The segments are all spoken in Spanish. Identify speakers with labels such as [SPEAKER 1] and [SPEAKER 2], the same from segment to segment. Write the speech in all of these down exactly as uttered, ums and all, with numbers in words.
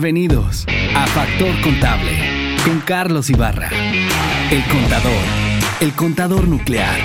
[SPEAKER 1] Bienvenidos a Factor Contable con Carlos Ibarra, el contador, el contador nuclear.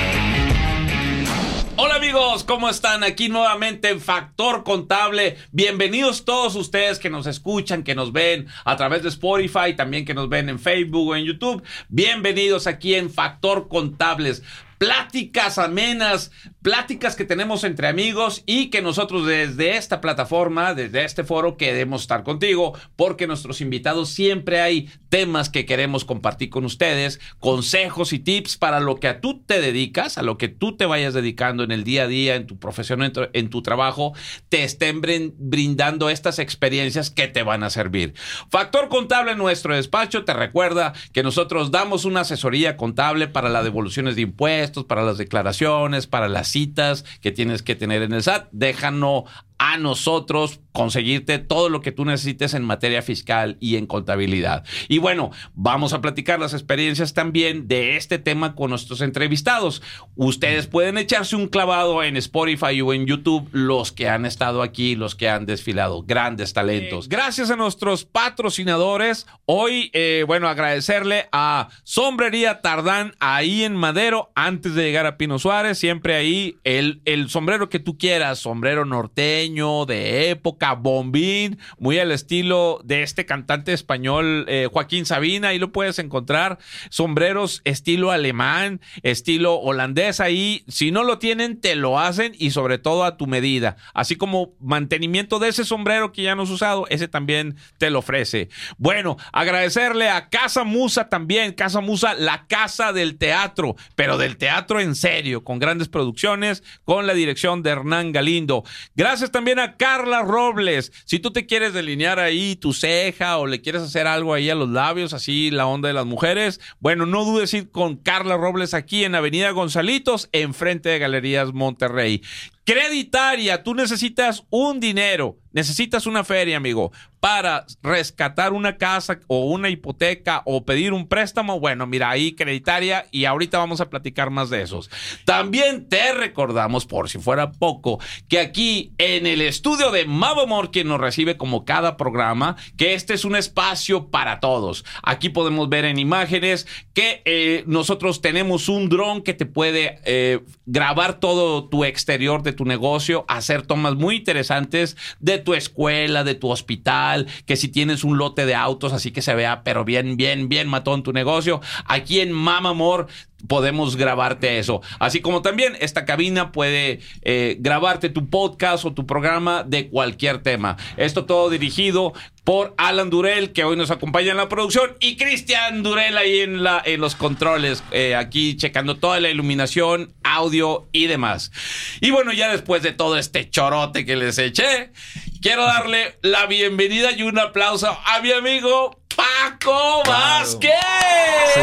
[SPEAKER 2] Hola amigos, ¿cómo están? Aquí nuevamente en Factor Contable. Bienvenidos todos ustedes que nos escuchan, que nos ven a través de Spotify, también que nos ven en Facebook o en YouTube. Bienvenidos aquí en Factor Contables. Pláticas amenas, pláticas que tenemos entre amigos y que nosotros desde esta plataforma, desde este foro, queremos estar contigo porque nuestros invitados siempre hay temas que queremos compartir con ustedes, consejos y tips para lo que a tú te dedicas, a lo que tú te vayas dedicando en el día a día, en tu profesión, en tu, en tu trabajo, te estén brindando estas experiencias que te van a servir. Factor Contable en nuestro despacho te recuerda que nosotros damos una asesoría contable para las devoluciones de impuestos, para las declaraciones, para las citas que tienes que tener en el S A T. Déjanos a nosotros conseguirte todo lo que tú necesites en materia fiscal y en contabilidad. Y bueno, vamos a platicar las experiencias también de este tema con nuestros entrevistados. Ustedes pueden echarse un clavado en Spotify o en YouTube, los que han estado aquí, los que han desfilado, grandes talentos. Eh, gracias a nuestros patrocinadores. Hoy, eh, bueno, agradecerle a Sombrería Tardán, ahí en Madero, antes de llegar a Pino Suárez, siempre ahí, el, el sombrero que tú quieras, sombrero norteño, de época, bombín, muy al estilo de este cantante español eh, Joaquín Sabina. Ahí lo puedes encontrar. Sombreros estilo alemán, estilo holandés. Ahí, si no lo tienen, te lo hacen y sobre todo a tu medida. Así como mantenimiento de ese sombrero que ya no has usado, ese también te lo ofrece. Bueno, agradecerle a Casa Musa también. Casa Musa, la casa del teatro, pero del teatro en serio, con grandes producciones, con la dirección de Hernán Galindo. Gracias también a Carla Robles. Si tú te quieres delinear ahí tu ceja o le quieres hacer algo ahí a los labios, así la onda de las mujeres, bueno, no dudes ir con Carla Robles aquí en Avenida Gonzalitos, enfrente de Galerías Monterrey. Creditaria, tú necesitas un dinero, necesitas una feria, amigo, para rescatar una casa o una hipoteca o pedir un préstamo. Bueno, mira, ahí Creditaria, y ahorita vamos a platicar más de esos. También te recordamos, por si fuera poco, que aquí en el estudio de Mavomor, quien nos recibe como cada programa, que este es un espacio para todos. Aquí podemos ver en imágenes que eh, nosotros tenemos un dron que te puede eh, grabar todo tu exterior de tu negocio, hacer tomas muy interesantes de tu escuela, de tu hospital, que si tienes un lote de autos, así que se vea pero bien, bien, bien matón tu negocio. Aquí en Mavomor podemos grabarte eso. Así como también esta cabina puede eh, grabarte tu podcast o tu programa de cualquier tema. Esto todo dirigido por Alan Durel, que hoy nos acompaña en la producción, y Cristian Durel ahí en, la, en los controles, eh, aquí checando toda la iluminación, audio y demás. Y bueno, ya después de todo este chorote que les eché, quiero darle la bienvenida y un aplauso a mi amigo Paco Vázquez.
[SPEAKER 3] Sí.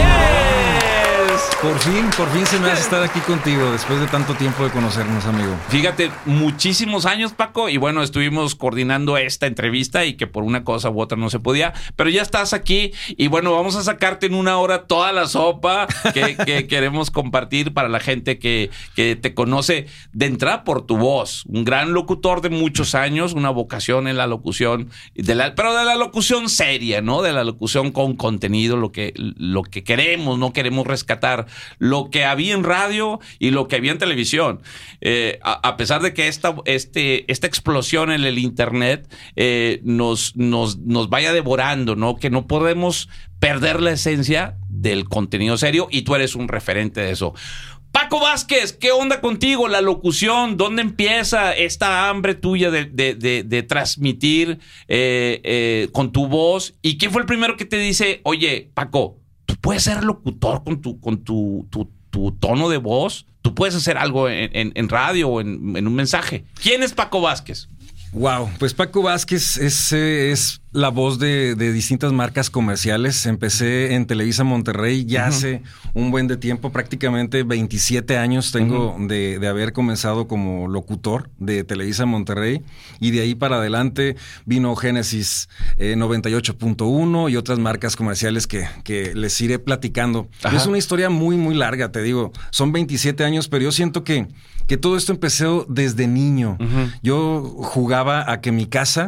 [SPEAKER 3] Por fin, por fin se me hace estar aquí contigo después de tanto tiempo de conocernos, amigo.
[SPEAKER 2] Fíjate, muchísimos años, Paco, y bueno, estuvimos coordinando esta entrevista y que por una cosa u otra no se podía, pero ya estás aquí y bueno, vamos a sacarte en una hora toda la sopa que, que queremos compartir para la gente que, que te conoce de entrada por tu voz. Un gran locutor de muchos años, una vocación en la locución, de la, pero de la locución seria, ¿no? De la locución con contenido, lo que, lo que queremos, no queremos rescatar lo que había en radio y lo que había en televisión. Eh, a, a pesar de que esta, este, esta explosión en el internet eh, nos, nos, nos vaya devorando, ¿no? Que no podemos perder la esencia del contenido serio y tú eres un referente de eso. Paco Vázquez, ¿qué onda contigo? La locución, ¿dónde empieza esta hambre tuya de, de, de, de transmitir eh, eh, con tu voz? ¿Y quién fue el primero que te dice, oye, Paco, tú puedes ser locutor con tu, con tu, tu, tu tono de voz? ¿Tú puedes hacer algo en, en, en radio o en, en un mensaje? ¿Quién es Paco Vázquez?
[SPEAKER 3] Wow, pues Paco Vázquez es, es la voz de, de distintas marcas comerciales. Empecé en Televisa Monterrey ya uh-huh. hace un buen de tiempo, prácticamente veintisiete años tengo uh-huh. de, de haber comenzado como locutor de Televisa Monterrey, y de ahí para adelante vino Génesis eh, noventa y ocho punto uno y otras marcas comerciales que, que les iré platicando. Es una historia muy, muy larga, te digo. Son veintisiete años, pero yo siento que, que todo esto empezó desde niño. Uh-huh. Yo jugaba a que mi casa,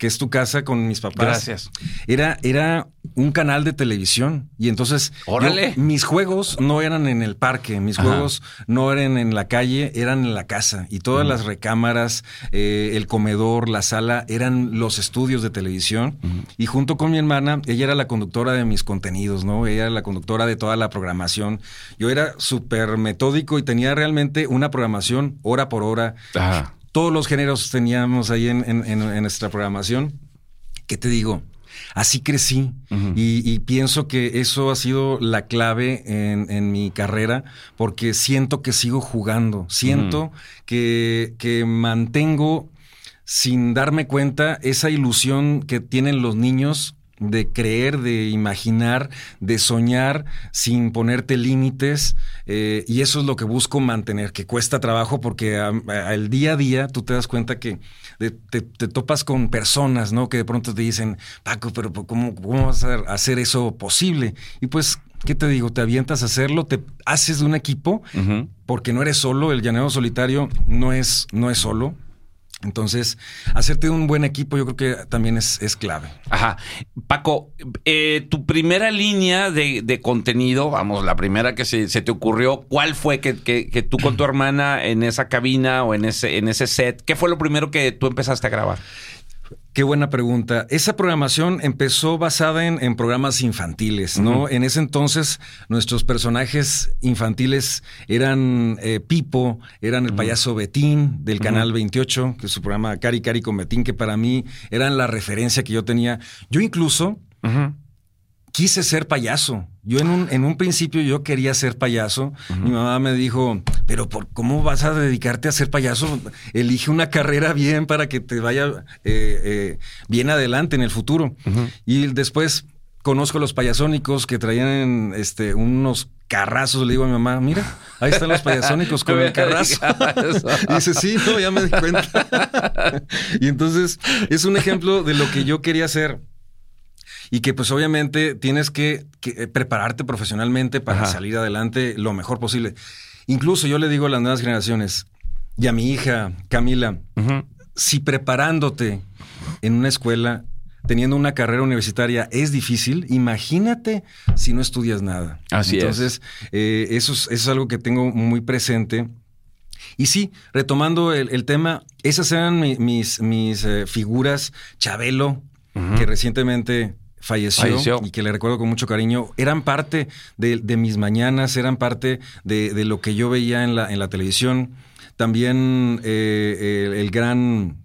[SPEAKER 3] que es tu casa con mis papás.
[SPEAKER 2] Gracias.
[SPEAKER 3] Era, era un canal de televisión. Y entonces
[SPEAKER 2] ¡Órale!
[SPEAKER 3] yo, mis juegos no eran en el parque, mis
[SPEAKER 2] Ajá.
[SPEAKER 3] juegos no eran en la calle, eran en la casa. Y todas uh-huh. las recámaras, eh, el comedor, la sala, eran los estudios de televisión. Uh-huh. Y junto con mi hermana, ella era la conductora de mis contenidos, ¿no? Ella era la conductora de toda la programación. Yo era súper metódico y tenía realmente una programación hora por hora.
[SPEAKER 2] Ajá.
[SPEAKER 3] Todos los géneros teníamos ahí en, en, en, en nuestra programación. ¿Qué te digo? Así crecí uh-huh. y, y pienso que eso ha sido la clave en, en mi carrera porque siento que sigo jugando, siento uh-huh. que, que mantengo sin darme cuenta esa ilusión que tienen los niños de creer, de imaginar, de soñar sin ponerte límites eh, y eso es lo que busco mantener, que cuesta trabajo porque al día a día tú te das cuenta que de, te, te topas con personas, ¿no? Que de pronto te dicen, Paco, pero ¿cómo, cómo vas a hacer eso posible? Y pues, ¿qué te digo? Te avientas a hacerlo, te haces de un equipo uh-huh. porque no eres solo, el llanero solitario no es, no es solo. Entonces, hacerte un buen equipo yo creo que también es, es clave.
[SPEAKER 2] Ajá. Paco, eh, tu primera línea de, de contenido, vamos, la primera que se, se te ocurrió, ¿cuál fue que, que, que tú con tu hermana en esa cabina o en ese, en ese set, qué fue lo primero que tú empezaste a grabar?
[SPEAKER 3] Qué buena pregunta. Esa programación empezó basada en, en programas infantiles, ¿no? Uh-huh. En ese entonces, nuestros personajes infantiles eran eh, Pipo, eran el uh-huh. payaso Betín del Canal uh-huh. veintiocho, que es su programa Cari Cari con Betín, que para mí eran la referencia que yo tenía. Yo incluso uh-huh. quise ser payaso. Yo en un, en un principio yo quería ser payaso. Uh-huh. Mi mamá me dijo, pero por ¿cómo vas a dedicarte a ser payaso? Elige una carrera bien para que te vaya eh, eh, bien adelante en el futuro. Uh-huh. Y después conozco a los payasónicos que traían este, unos carrazos. Le digo a mi mamá, mira, ahí están los payasónicos con el carrazo. Y dice, sí, no, ya me di cuenta. Y entonces es un ejemplo de lo que yo quería hacer. Y que pues obviamente tienes que, que prepararte profesionalmente para Ajá. salir adelante lo mejor posible. Incluso yo le digo a las nuevas generaciones y a mi hija Camila, uh-huh. si preparándote en una escuela, teniendo una carrera universitaria es difícil, imagínate si no estudias nada.
[SPEAKER 2] Así
[SPEAKER 3] Entonces,
[SPEAKER 2] es.
[SPEAKER 3] Eh, eso es. Eso es algo que tengo muy presente. Y sí, retomando el, el tema, esas eran mi, mis, mis eh, figuras. Chabelo, uh-huh. que recientemente... Falleció, falleció y que le recuerdo con mucho cariño, eran parte de, de mis mañanas, eran parte de, de lo que yo veía en la, en la televisión. También eh, el, el gran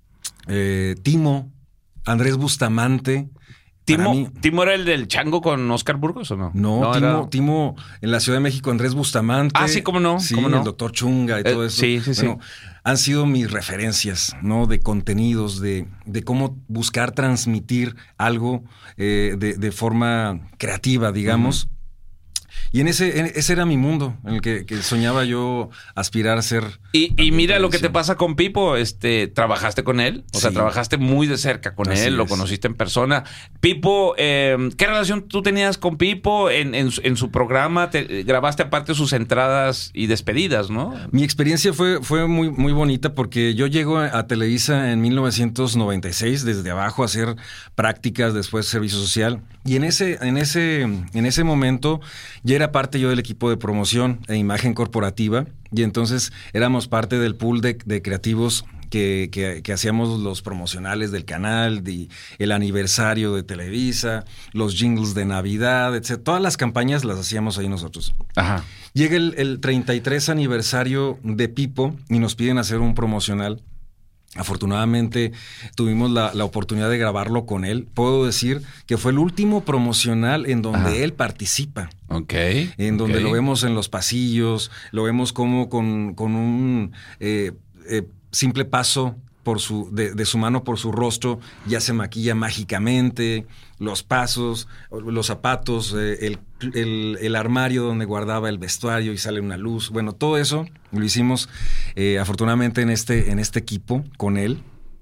[SPEAKER 3] eh, Timo, Andrés Bustamante.
[SPEAKER 2] ¿Timo, mí, ¿Timo era el del chango con Oscar Burgos o no?
[SPEAKER 3] No, no Timo, era... Timo en la Ciudad de México, Andrés Bustamante.
[SPEAKER 2] Ah, sí, cómo no.
[SPEAKER 3] Sí,
[SPEAKER 2] ¿cómo no?
[SPEAKER 3] El doctor Chunga y eh, todo eso.
[SPEAKER 2] Sí, sí,
[SPEAKER 3] bueno, sí. Han sido mis referencias, ¿no? De contenidos, de, de cómo buscar transmitir algo eh, de, de forma creativa, digamos. Uh-huh. Y en ese, en ese era mi mundo, en el que, que soñaba yo aspirar a ser.
[SPEAKER 2] Y, y mira lo que te pasa con Pipo, este, trabajaste con él, o sí. sea, trabajaste muy de cerca con Así él, es. Lo conociste en persona. Pipo, eh, ¿qué relación tú tenías con Pipo en, en, en su programa? Te, grabaste aparte sus entradas y despedidas, ¿no?
[SPEAKER 3] Mi experiencia fue, fue muy, muy bonita porque yo llego a, a Televisa en mil novecientos noventa y seis, desde abajo a hacer prácticas, después servicio social. Y en ese, en ese, en ese momento ya era parte yo del equipo de promoción e imagen corporativa y entonces éramos parte del pool de, de creativos que, que, que hacíamos los promocionales del canal, de, el aniversario de Televisa, los jingles de Navidad, etcétera. Todas las campañas las hacíamos ahí nosotros.
[SPEAKER 2] Ajá.
[SPEAKER 3] Llega el, el treinta y tres aniversario de Pipo y nos piden hacer un promocional. Afortunadamente tuvimos la, la oportunidad de grabarlo con él. Puedo decir que fue el último promocional en donde Ajá. él participa.
[SPEAKER 2] Ok.
[SPEAKER 3] En donde
[SPEAKER 2] okay.
[SPEAKER 3] lo vemos en los pasillos, lo vemos como con, con un eh, eh, simple paso por su, de, de su mano por su rostro, ya se maquilla mágicamente, los pasos, los zapatos, eh, el, el, el armario donde guardaba el vestuario y sale una luz. Bueno, todo eso lo hicimos eh, afortunadamente en este, en este equipo con él.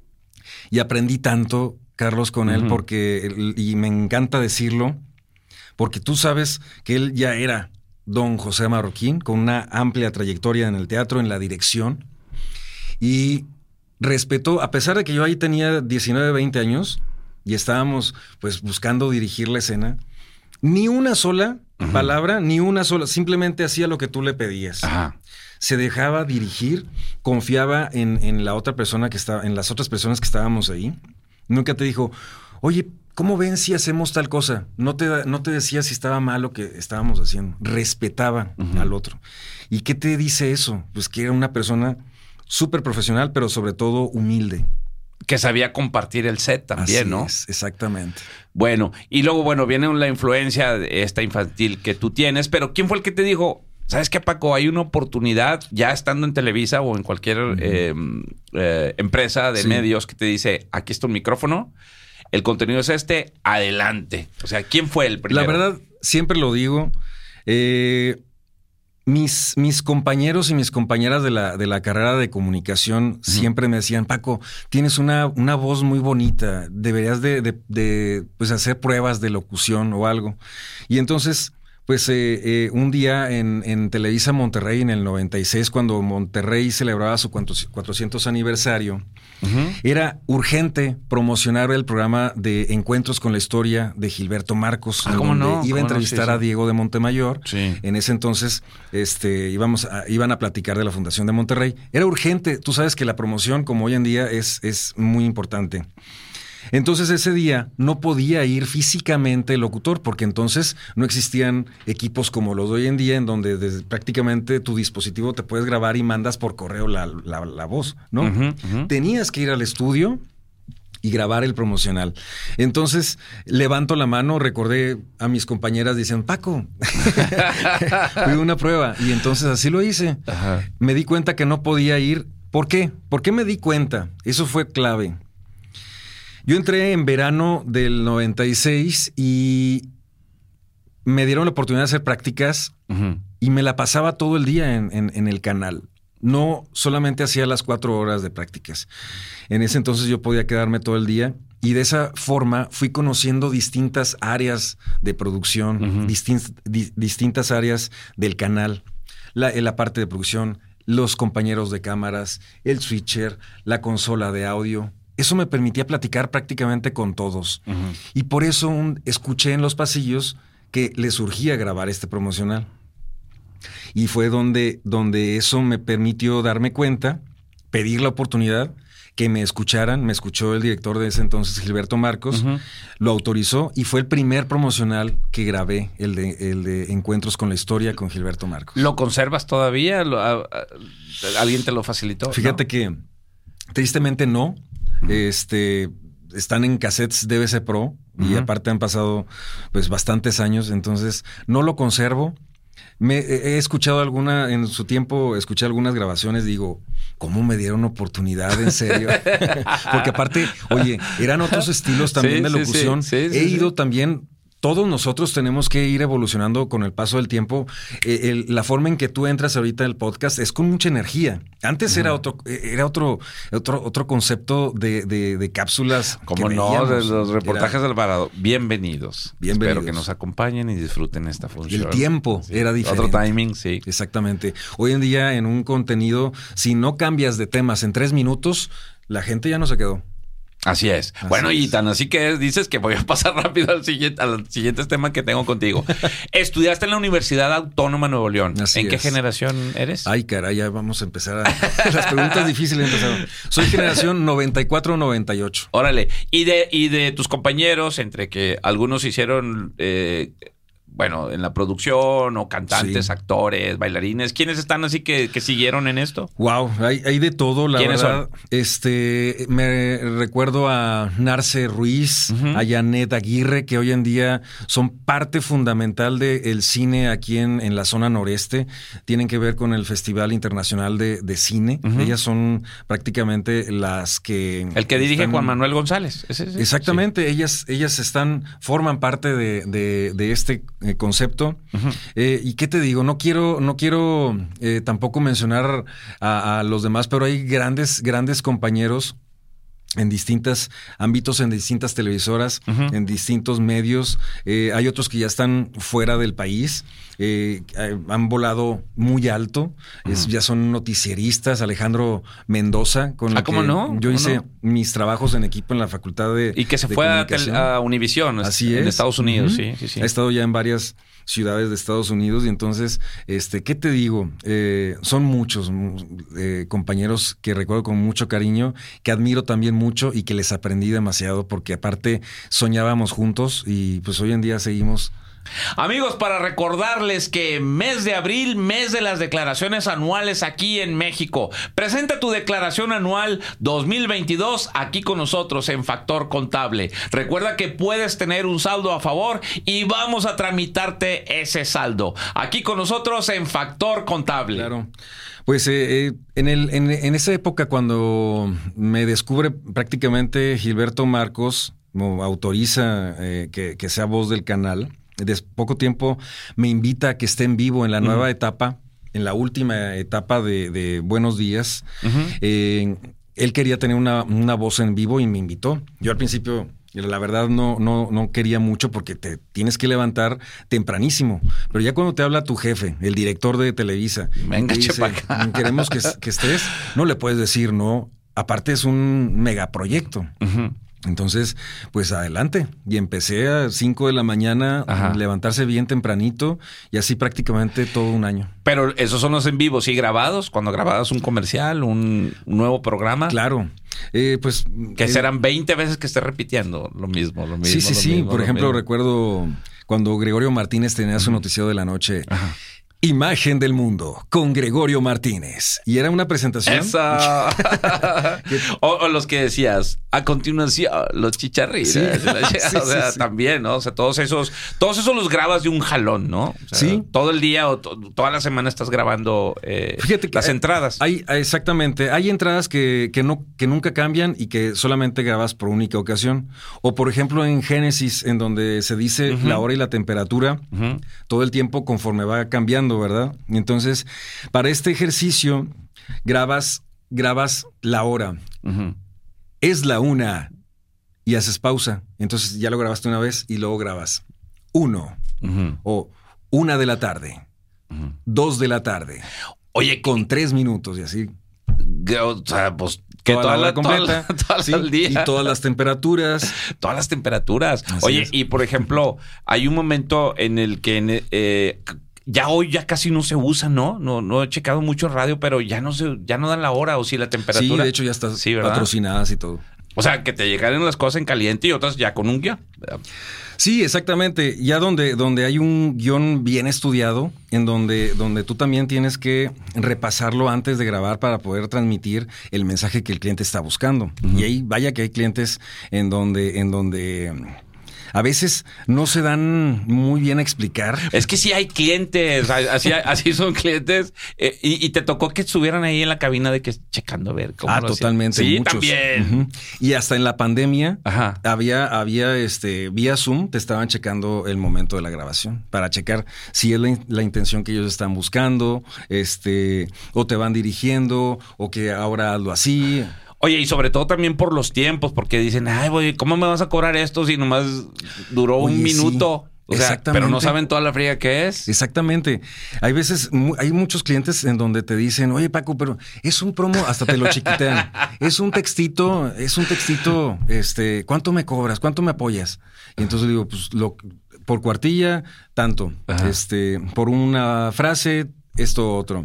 [SPEAKER 3] Y aprendí tanto, Carlos, con uh-huh. él, porque, y me encanta decirlo, porque tú sabes que él ya era don José Marroquín, con una amplia trayectoria en el teatro, en la dirección, y respetó, a pesar de que yo ahí tenía diecinueve, veinte años y estábamos pues buscando dirigir la escena, ni una sola uh-huh. palabra, ni una sola, simplemente hacía lo que tú le pedías.
[SPEAKER 2] Ajá.
[SPEAKER 3] Se dejaba dirigir, confiaba en, en la otra persona que estaba, en las otras personas que estábamos ahí. Nunca te dijo, oye, ¿cómo ven si hacemos tal cosa? No te, no te decía si estaba mal lo que estábamos haciendo. Respetaba uh-huh. al otro. ¿Y qué te dice eso? Pues que era una persona súper profesional, pero sobre todo humilde.
[SPEAKER 2] Que sabía compartir el set también,
[SPEAKER 3] Así
[SPEAKER 2] ¿no?
[SPEAKER 3] Es, exactamente.
[SPEAKER 2] Bueno, y luego, bueno, viene la influencia de esta infantil que tú tienes, pero ¿quién fue el que te dijo, sabes qué, Paco, hay una oportunidad ya estando en Televisa o en cualquier uh-huh. eh, eh, empresa de sí. medios que te dice, aquí está un micrófono, el contenido es este, adelante? O sea, ¿quién fue el primero?
[SPEAKER 3] La verdad, siempre lo digo, eh... Mis, mis compañeros y mis compañeras de la, de la carrera de comunicación uh-huh. siempre me decían, Paco, tienes una, una voz muy bonita, deberías de, de, de pues hacer pruebas de locución o algo. Y entonces, pues eh, eh, un día en, en Televisa Monterrey, en el noventa y seis, cuando Monterrey celebraba su cuatrocientos aniversario, uh-huh. era urgente promocionar el programa de Encuentros con la Historia de Gilberto Marcos,
[SPEAKER 2] ah, ¿cómo
[SPEAKER 3] donde
[SPEAKER 2] no?
[SPEAKER 3] iba a entrevistar
[SPEAKER 2] no? Sí, sí.
[SPEAKER 3] a Diego de Montemayor.
[SPEAKER 2] Sí.
[SPEAKER 3] En ese entonces este, íbamos a, iban a platicar de la Fundación de Monterrey. Era urgente. Tú sabes que la promoción, como hoy en día, es, es muy importante. Entonces ese día no podía ir físicamente el locutor, porque entonces no existían equipos como los de hoy en día, en donde desde prácticamente tu dispositivo te puedes grabar y mandas por correo la, la, la voz, ¿no? Uh-huh, uh-huh. Tenías que ir al estudio y grabar el promocional. Entonces levanto la mano, recordé a mis compañeras diciendo, Paco, fui una prueba. Y entonces así lo hice. Uh-huh. Me di cuenta que no podía ir. ¿Por qué? ¿Por qué me di cuenta? Eso fue clave. Yo entré en verano del noventa y seis y me dieron la oportunidad de hacer prácticas uh-huh. y me la pasaba todo el día en, en, en el canal. No solamente hacía las cuatro horas de prácticas. En ese entonces yo podía quedarme todo el día y de esa forma fui conociendo distintas áreas de producción, uh-huh. distin- di- distintas áreas del canal, la, la parte de producción, los compañeros de cámaras, el switcher, la consola de audio. Eso me permitía platicar prácticamente con todos. Uh-huh. Y por eso un, escuché en los pasillos que les surgía grabar este promocional. Y fue donde, donde eso me permitió darme cuenta, pedir la oportunidad, que me escucharan. Me escuchó el director de ese entonces, Gilberto Marcos, uh-huh. lo autorizó y fue el primer promocional que grabé, el de, el de Encuentros con la Historia con Gilberto Marcos.
[SPEAKER 2] ¿Lo conservas todavía? ¿Lo, a, a, ¿Alguien te lo facilitó?
[SPEAKER 3] Fíjate ¿no? que tristemente no. Este, están en cassettes D V C Pro uh-huh. y aparte han pasado pues bastantes años, entonces no lo conservo. Me he escuchado alguna, en su tiempo escuché algunas grabaciones, digo, ¿cómo me dieron oportunidad? En serio. Porque aparte, oye, eran otros estilos también sí, de locución. Sí, sí, sí, he sí, ido sí. también. Todos nosotros tenemos que ir evolucionando con el paso del tiempo. Eh, el, la forma en que tú entras ahorita al podcast es con mucha energía. Antes uh-huh. era otro, era otro, otro, otro concepto de, de, de cápsulas.
[SPEAKER 2] Como no, de los reportajes era... del Alvarado. Bienvenidos. Bienvenidos. Espero que nos acompañen y disfruten esta función.
[SPEAKER 3] El tiempo sí. era diferente.
[SPEAKER 2] Otro timing, sí.
[SPEAKER 3] Exactamente. Hoy en día, en un contenido, si no cambias de temas en tres minutos, la gente ya no se quedó.
[SPEAKER 2] Así es. Así bueno, es. Y tan así que dices que voy a pasar rápido al siguiente, al siguiente tema que tengo contigo. Estudiaste en la Universidad Autónoma de Nuevo León. Así ¿En es. qué generación eres?
[SPEAKER 3] Ay, caray, ya vamos a empezar a... Las preguntas difíciles empezaron. Soy generación noventa y cuatro noventa y ocho.
[SPEAKER 2] Órale. Y de, y de tus compañeros, entre que algunos hicieron... Eh, bueno, en la producción o cantantes, sí. actores, bailarines. ¿Quiénes están así que, que siguieron en esto?
[SPEAKER 3] Wow, hay, hay de todo, la
[SPEAKER 2] ¿Quiénes
[SPEAKER 3] verdad.
[SPEAKER 2] Son?
[SPEAKER 3] Este, me recuerdo a Narce Ruiz, uh-huh. a Janet Aguirre, que hoy en día son parte fundamental del cine aquí en, en la zona noreste. Tienen que ver con el Festival Internacional de, de Cine. Uh-huh. Ellas son prácticamente las que...
[SPEAKER 2] El que dirige
[SPEAKER 3] están...
[SPEAKER 2] Juan Manuel González. ¿Es ese?
[SPEAKER 3] Exactamente,
[SPEAKER 2] sí.
[SPEAKER 3] ellas, ellas están, forman parte de, de, de este concepto. Uh-huh. Eh, y qué te digo, no quiero, no quiero eh, tampoco mencionar a, a los demás, pero hay grandes, grandes compañeros en distintos ámbitos, en distintas televisoras, uh-huh. en distintos medios. Eh, hay otros que ya están fuera del país, eh, han volado muy alto, uh-huh. es, ya son noticieristas. Alejandro Mendoza, con
[SPEAKER 2] ah,
[SPEAKER 3] el
[SPEAKER 2] ¿cómo
[SPEAKER 3] que
[SPEAKER 2] no?
[SPEAKER 3] yo hice
[SPEAKER 2] no?
[SPEAKER 3] mis trabajos en equipo en la Facultad de
[SPEAKER 2] Y que se
[SPEAKER 3] de
[SPEAKER 2] fue a, a Univisión,
[SPEAKER 3] Así
[SPEAKER 2] en
[SPEAKER 3] es.
[SPEAKER 2] Estados Unidos,
[SPEAKER 3] uh-huh.
[SPEAKER 2] sí, sí, sí.
[SPEAKER 3] Ha estado ya en varias ciudades de Estados Unidos y entonces, este, ¿qué te digo? Eh, son muchos eh, compañeros que recuerdo con mucho cariño, que admiro también mucho y que les aprendí demasiado porque aparte soñábamos juntos y pues hoy en día seguimos.
[SPEAKER 2] Amigos, para recordarles que mes de abril, mes de las declaraciones anuales aquí en México. Presenta tu declaración anual dos mil veintidós aquí con nosotros en Factor Contable. Recuerda que puedes tener un saldo a favor y vamos a tramitarte ese saldo aquí con nosotros en Factor Contable.
[SPEAKER 3] Claro. Pues eh, eh, en, el, en, en esa época cuando me descubre prácticamente Gilberto Marcos, como autoriza eh, que, que sea voz del canal, de poco tiempo me invita a que esté en vivo en la nueva uh-huh. etapa, en la última etapa de, de Buenos Días. Uh-huh. Eh, él quería tener una, una voz en vivo y me invitó. Yo al principio, la verdad, no, no, no quería mucho porque te tienes que levantar tempranísimo. Pero ya cuando te habla tu jefe, el director de Televisa,
[SPEAKER 2] venga,
[SPEAKER 3] dice, queremos que, que estés, no le puedes decir no. Aparte es un megaproyecto. Uh-huh. Entonces, pues adelante. Y empecé a cinco de la mañana, a levantarse bien tempranito y así prácticamente todo un año.
[SPEAKER 2] Pero esos son los en vivo, ¿sí? Grabados, cuando grababas un comercial, un nuevo programa.
[SPEAKER 3] Claro. Eh, pues
[SPEAKER 2] que
[SPEAKER 3] eh,
[SPEAKER 2] serán veinte veces que esté repitiendo lo mismo, lo mismo.
[SPEAKER 3] Sí, sí,
[SPEAKER 2] lo
[SPEAKER 3] sí.
[SPEAKER 2] mismo,
[SPEAKER 3] Por ejemplo,
[SPEAKER 2] mismo.
[SPEAKER 3] recuerdo cuando Gregorio Martínez tenía su noticiero de la noche. Ajá. Imagen del mundo con Gregorio Martínez. Y era una presentación.
[SPEAKER 2] Eso. o, o los que decías, a continuación, los chicharritos. Sí. Sí, o sea, sí, sí. también, ¿no? O sea, todos esos, todos esos los grabas de un jalón, ¿no? O sea,
[SPEAKER 3] sí.
[SPEAKER 2] Todo el día o to, toda la semana estás grabando eh, Fíjate que las
[SPEAKER 3] hay,
[SPEAKER 2] entradas.
[SPEAKER 3] Hay, exactamente. Hay entradas que, que, no, que nunca cambian y que solamente grabas por única ocasión. O, por ejemplo, en Génesis, en donde se dice uh-huh. la hora y la temperatura, uh-huh. todo el tiempo conforme va cambiando, ¿verdad? Y entonces, para este ejercicio, grabas, grabas la hora. Uh-huh. Es la una y haces pausa. Entonces ya lo grabaste una vez y luego grabas uno uh-huh. o una de la tarde, uh-huh. dos de la tarde.
[SPEAKER 2] Oye,
[SPEAKER 3] con tres minutos y así.
[SPEAKER 2] O sea, pues que
[SPEAKER 3] toda,
[SPEAKER 2] toda
[SPEAKER 3] la
[SPEAKER 2] la
[SPEAKER 3] hora completa,
[SPEAKER 2] toda, toda
[SPEAKER 3] sí,
[SPEAKER 2] el día.
[SPEAKER 3] Y todas las temperaturas.
[SPEAKER 2] Todas las temperaturas.
[SPEAKER 3] Así
[SPEAKER 2] Oye,
[SPEAKER 3] es.
[SPEAKER 2] Y por ejemplo, hay un momento en el que eh, ya hoy ya casi no se usa, ¿no? No, no he checado mucho en radio, pero ya no se, ya no dan la hora o si la temperatura.
[SPEAKER 3] Sí, de hecho ya están sí, patrocinadas y todo.
[SPEAKER 2] O sea, que te llegaran las cosas en caliente y otras ya con un guión.
[SPEAKER 3] Sí, exactamente. Ya donde, donde hay un guión bien estudiado, en donde, donde tú también tienes que repasarlo antes de grabar para poder transmitir el mensaje que el cliente está buscando. Uh-huh. Y ahí vaya que hay clientes en donde, en donde a veces no se dan muy bien a explicar.
[SPEAKER 2] Es que sí hay clientes, así, así son clientes. Eh, y, y te tocó que estuvieran ahí en la cabina de que checando a ver cómo
[SPEAKER 3] Ah,
[SPEAKER 2] lo
[SPEAKER 3] totalmente.
[SPEAKER 2] Sí,
[SPEAKER 3] muchos.
[SPEAKER 2] también.
[SPEAKER 3] Uh-huh. Y hasta en la pandemia
[SPEAKER 2] Ajá.
[SPEAKER 3] había, había este, vía Zoom, te estaban checando el momento de la grabación para checar si es la, la intención que ellos están buscando, este, o te van dirigiendo, o que ahora hazlo así.
[SPEAKER 2] Oye, y sobre todo también por los tiempos, porque dicen, ay, güey, ¿cómo me vas a cobrar esto si nomás duró
[SPEAKER 3] Oye,
[SPEAKER 2] un minuto?
[SPEAKER 3] Sí.
[SPEAKER 2] O sea, pero no saben toda la fría que es.
[SPEAKER 3] Exactamente. Hay veces, hay muchos clientes en donde te dicen, oye, Paco, pero es un promo, hasta te lo chiquitean. Es un textito, es un textito, este, ¿cuánto me cobras? ¿Cuánto me apoyas? Y entonces digo, pues, lo, por cuartilla, tanto. Ajá. Este, por una frase, esto otro.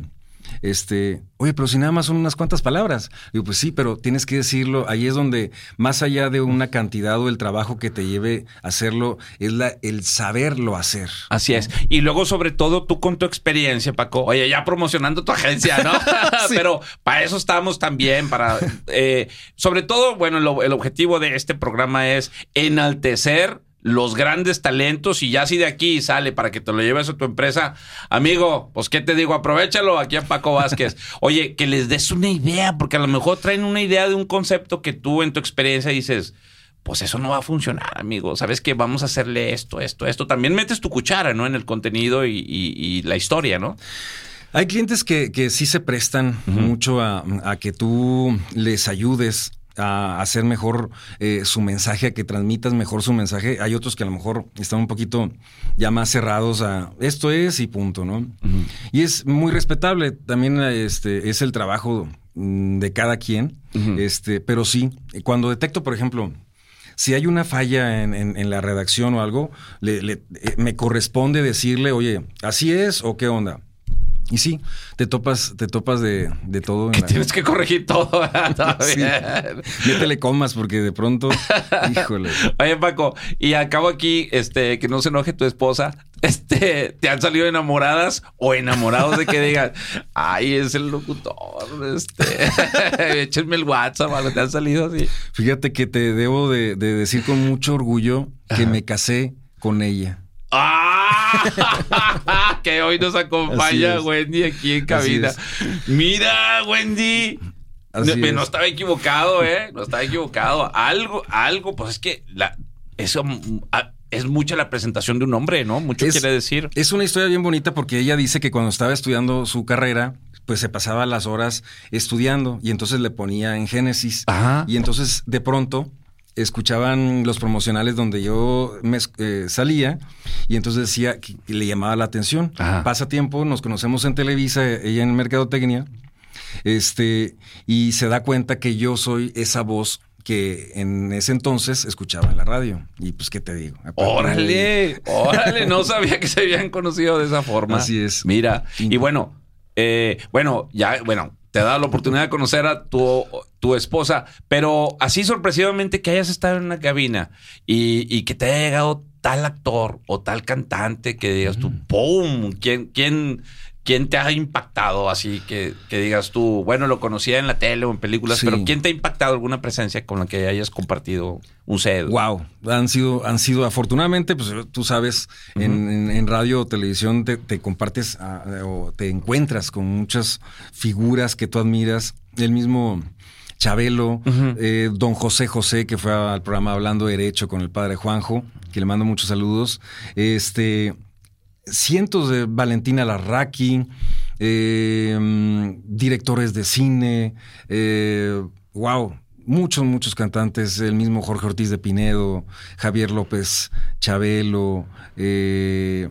[SPEAKER 3] Este, oye, pero si nada más son unas cuantas palabras. Digo, pues sí, pero tienes que decirlo. Ahí es donde, más allá de una cantidad o el trabajo que te lleve a hacerlo, es la, el saberlo hacer.
[SPEAKER 2] Así es. Y luego, sobre todo, tú con tu experiencia, Paco, oye, ya promocionando tu agencia, ¿no? Sí. Pero para eso estamos también, para, eh, sobre todo, bueno, lo, el objetivo de este programa es enaltecer los grandes talentos y ya si de aquí sale para que te lo lleves a tu empresa, amigo, pues qué te digo, aprovéchalo aquí a Paco Vázquez. Oye, que les des una idea, porque a lo mejor traen una idea de un concepto que tú en tu experiencia dices, pues eso no va a funcionar, amigo. Sabes que vamos a hacerle esto, esto, esto. También metes tu cuchara, ¿no? En el contenido y, y, y la historia, ¿no?
[SPEAKER 3] Hay clientes que, que sí se prestan uh-huh. mucho a, a que tú les ayudes a hacer mejor eh, su mensaje, a que transmitas mejor su mensaje. Hay otros que a lo mejor están un poquito ya más cerrados a esto es y punto, ¿no? Uh-huh. Y es muy respetable. También este, es el trabajo de cada quien. Uh-huh. Este, pero sí, cuando detecto, por ejemplo, si hay una falla en, en, en la redacción o algo, le, le, eh, me corresponde decirle, oye, ¿así es o qué onda? Y sí, te topas, te topas de, de todo.
[SPEAKER 2] Que la... tienes que corregir todo.
[SPEAKER 3] Sí. Métele comas porque de pronto, híjole.
[SPEAKER 2] Oye, Paco, y acabo aquí, este, que no se enoje tu esposa. Este, ¿te han salido enamoradas o enamorados de que digan, ay, es el locutor? Este, échenme el WhatsApp, algo, ¿te han salido así?
[SPEAKER 3] Fíjate que te debo de, de decir con mucho orgullo que Ajá. me casé con ella.
[SPEAKER 2] ¡Ah! Que hoy nos acompaña Wendy aquí en cabina. Mira, Wendy. No, no estaba equivocado, ¿eh? No estaba equivocado. Algo, algo, pues es que la, eso es mucha la presentación de un hombre, ¿no? Mucho es, quiere decir.
[SPEAKER 3] Es una historia bien bonita porque ella dice que cuando estaba estudiando su carrera, pues se pasaba las horas estudiando y entonces le ponía en Génesis. Ajá. Y entonces de pronto escuchaban los promocionales donde yo me eh, salía y entonces decía que, que le llamaba la atención. Ajá. Pasa tiempo, nos conocemos en Televisa, ella en Mercadotecnia, este, y se da cuenta que yo soy esa voz que en ese entonces escuchaba en la radio. Y pues, ¿qué te digo?
[SPEAKER 2] ¡Órale! De... ¡Órale! No sabía que se habían conocido de esa forma.
[SPEAKER 3] Así es.
[SPEAKER 2] Mira, y bueno, eh, bueno, ya, bueno, te da la oportunidad de conocer a tu, tu esposa, pero así sorpresivamente que hayas estado en una cabina y, y que te haya llegado tal actor o tal cantante que digas tú, ¡pum! ¿Quién, quién, quién te ha impactado así? Que, que digas tú, bueno, lo conocía en la tele o en películas, sí. Pero ¿quién te ha impactado alguna presencia con la que hayas compartido un set?
[SPEAKER 3] Wow, han sido, han sido afortunadamente, pues tú sabes, uh-huh. en, en, en radio o televisión te, te compartes uh, o te encuentras con muchas figuras que tú admiras. El mismo Chabelo, uh-huh. eh, don José José, que fue al programa Hablando Derecho con el padre Juanjo, que le mando muchos saludos. Este, cientos de Valentina Larraqui, eh, directores de cine, eh, wow. Muchos, muchos cantantes, el mismo Jorge Ortiz de Pinedo, Javier López Chabelo, eh,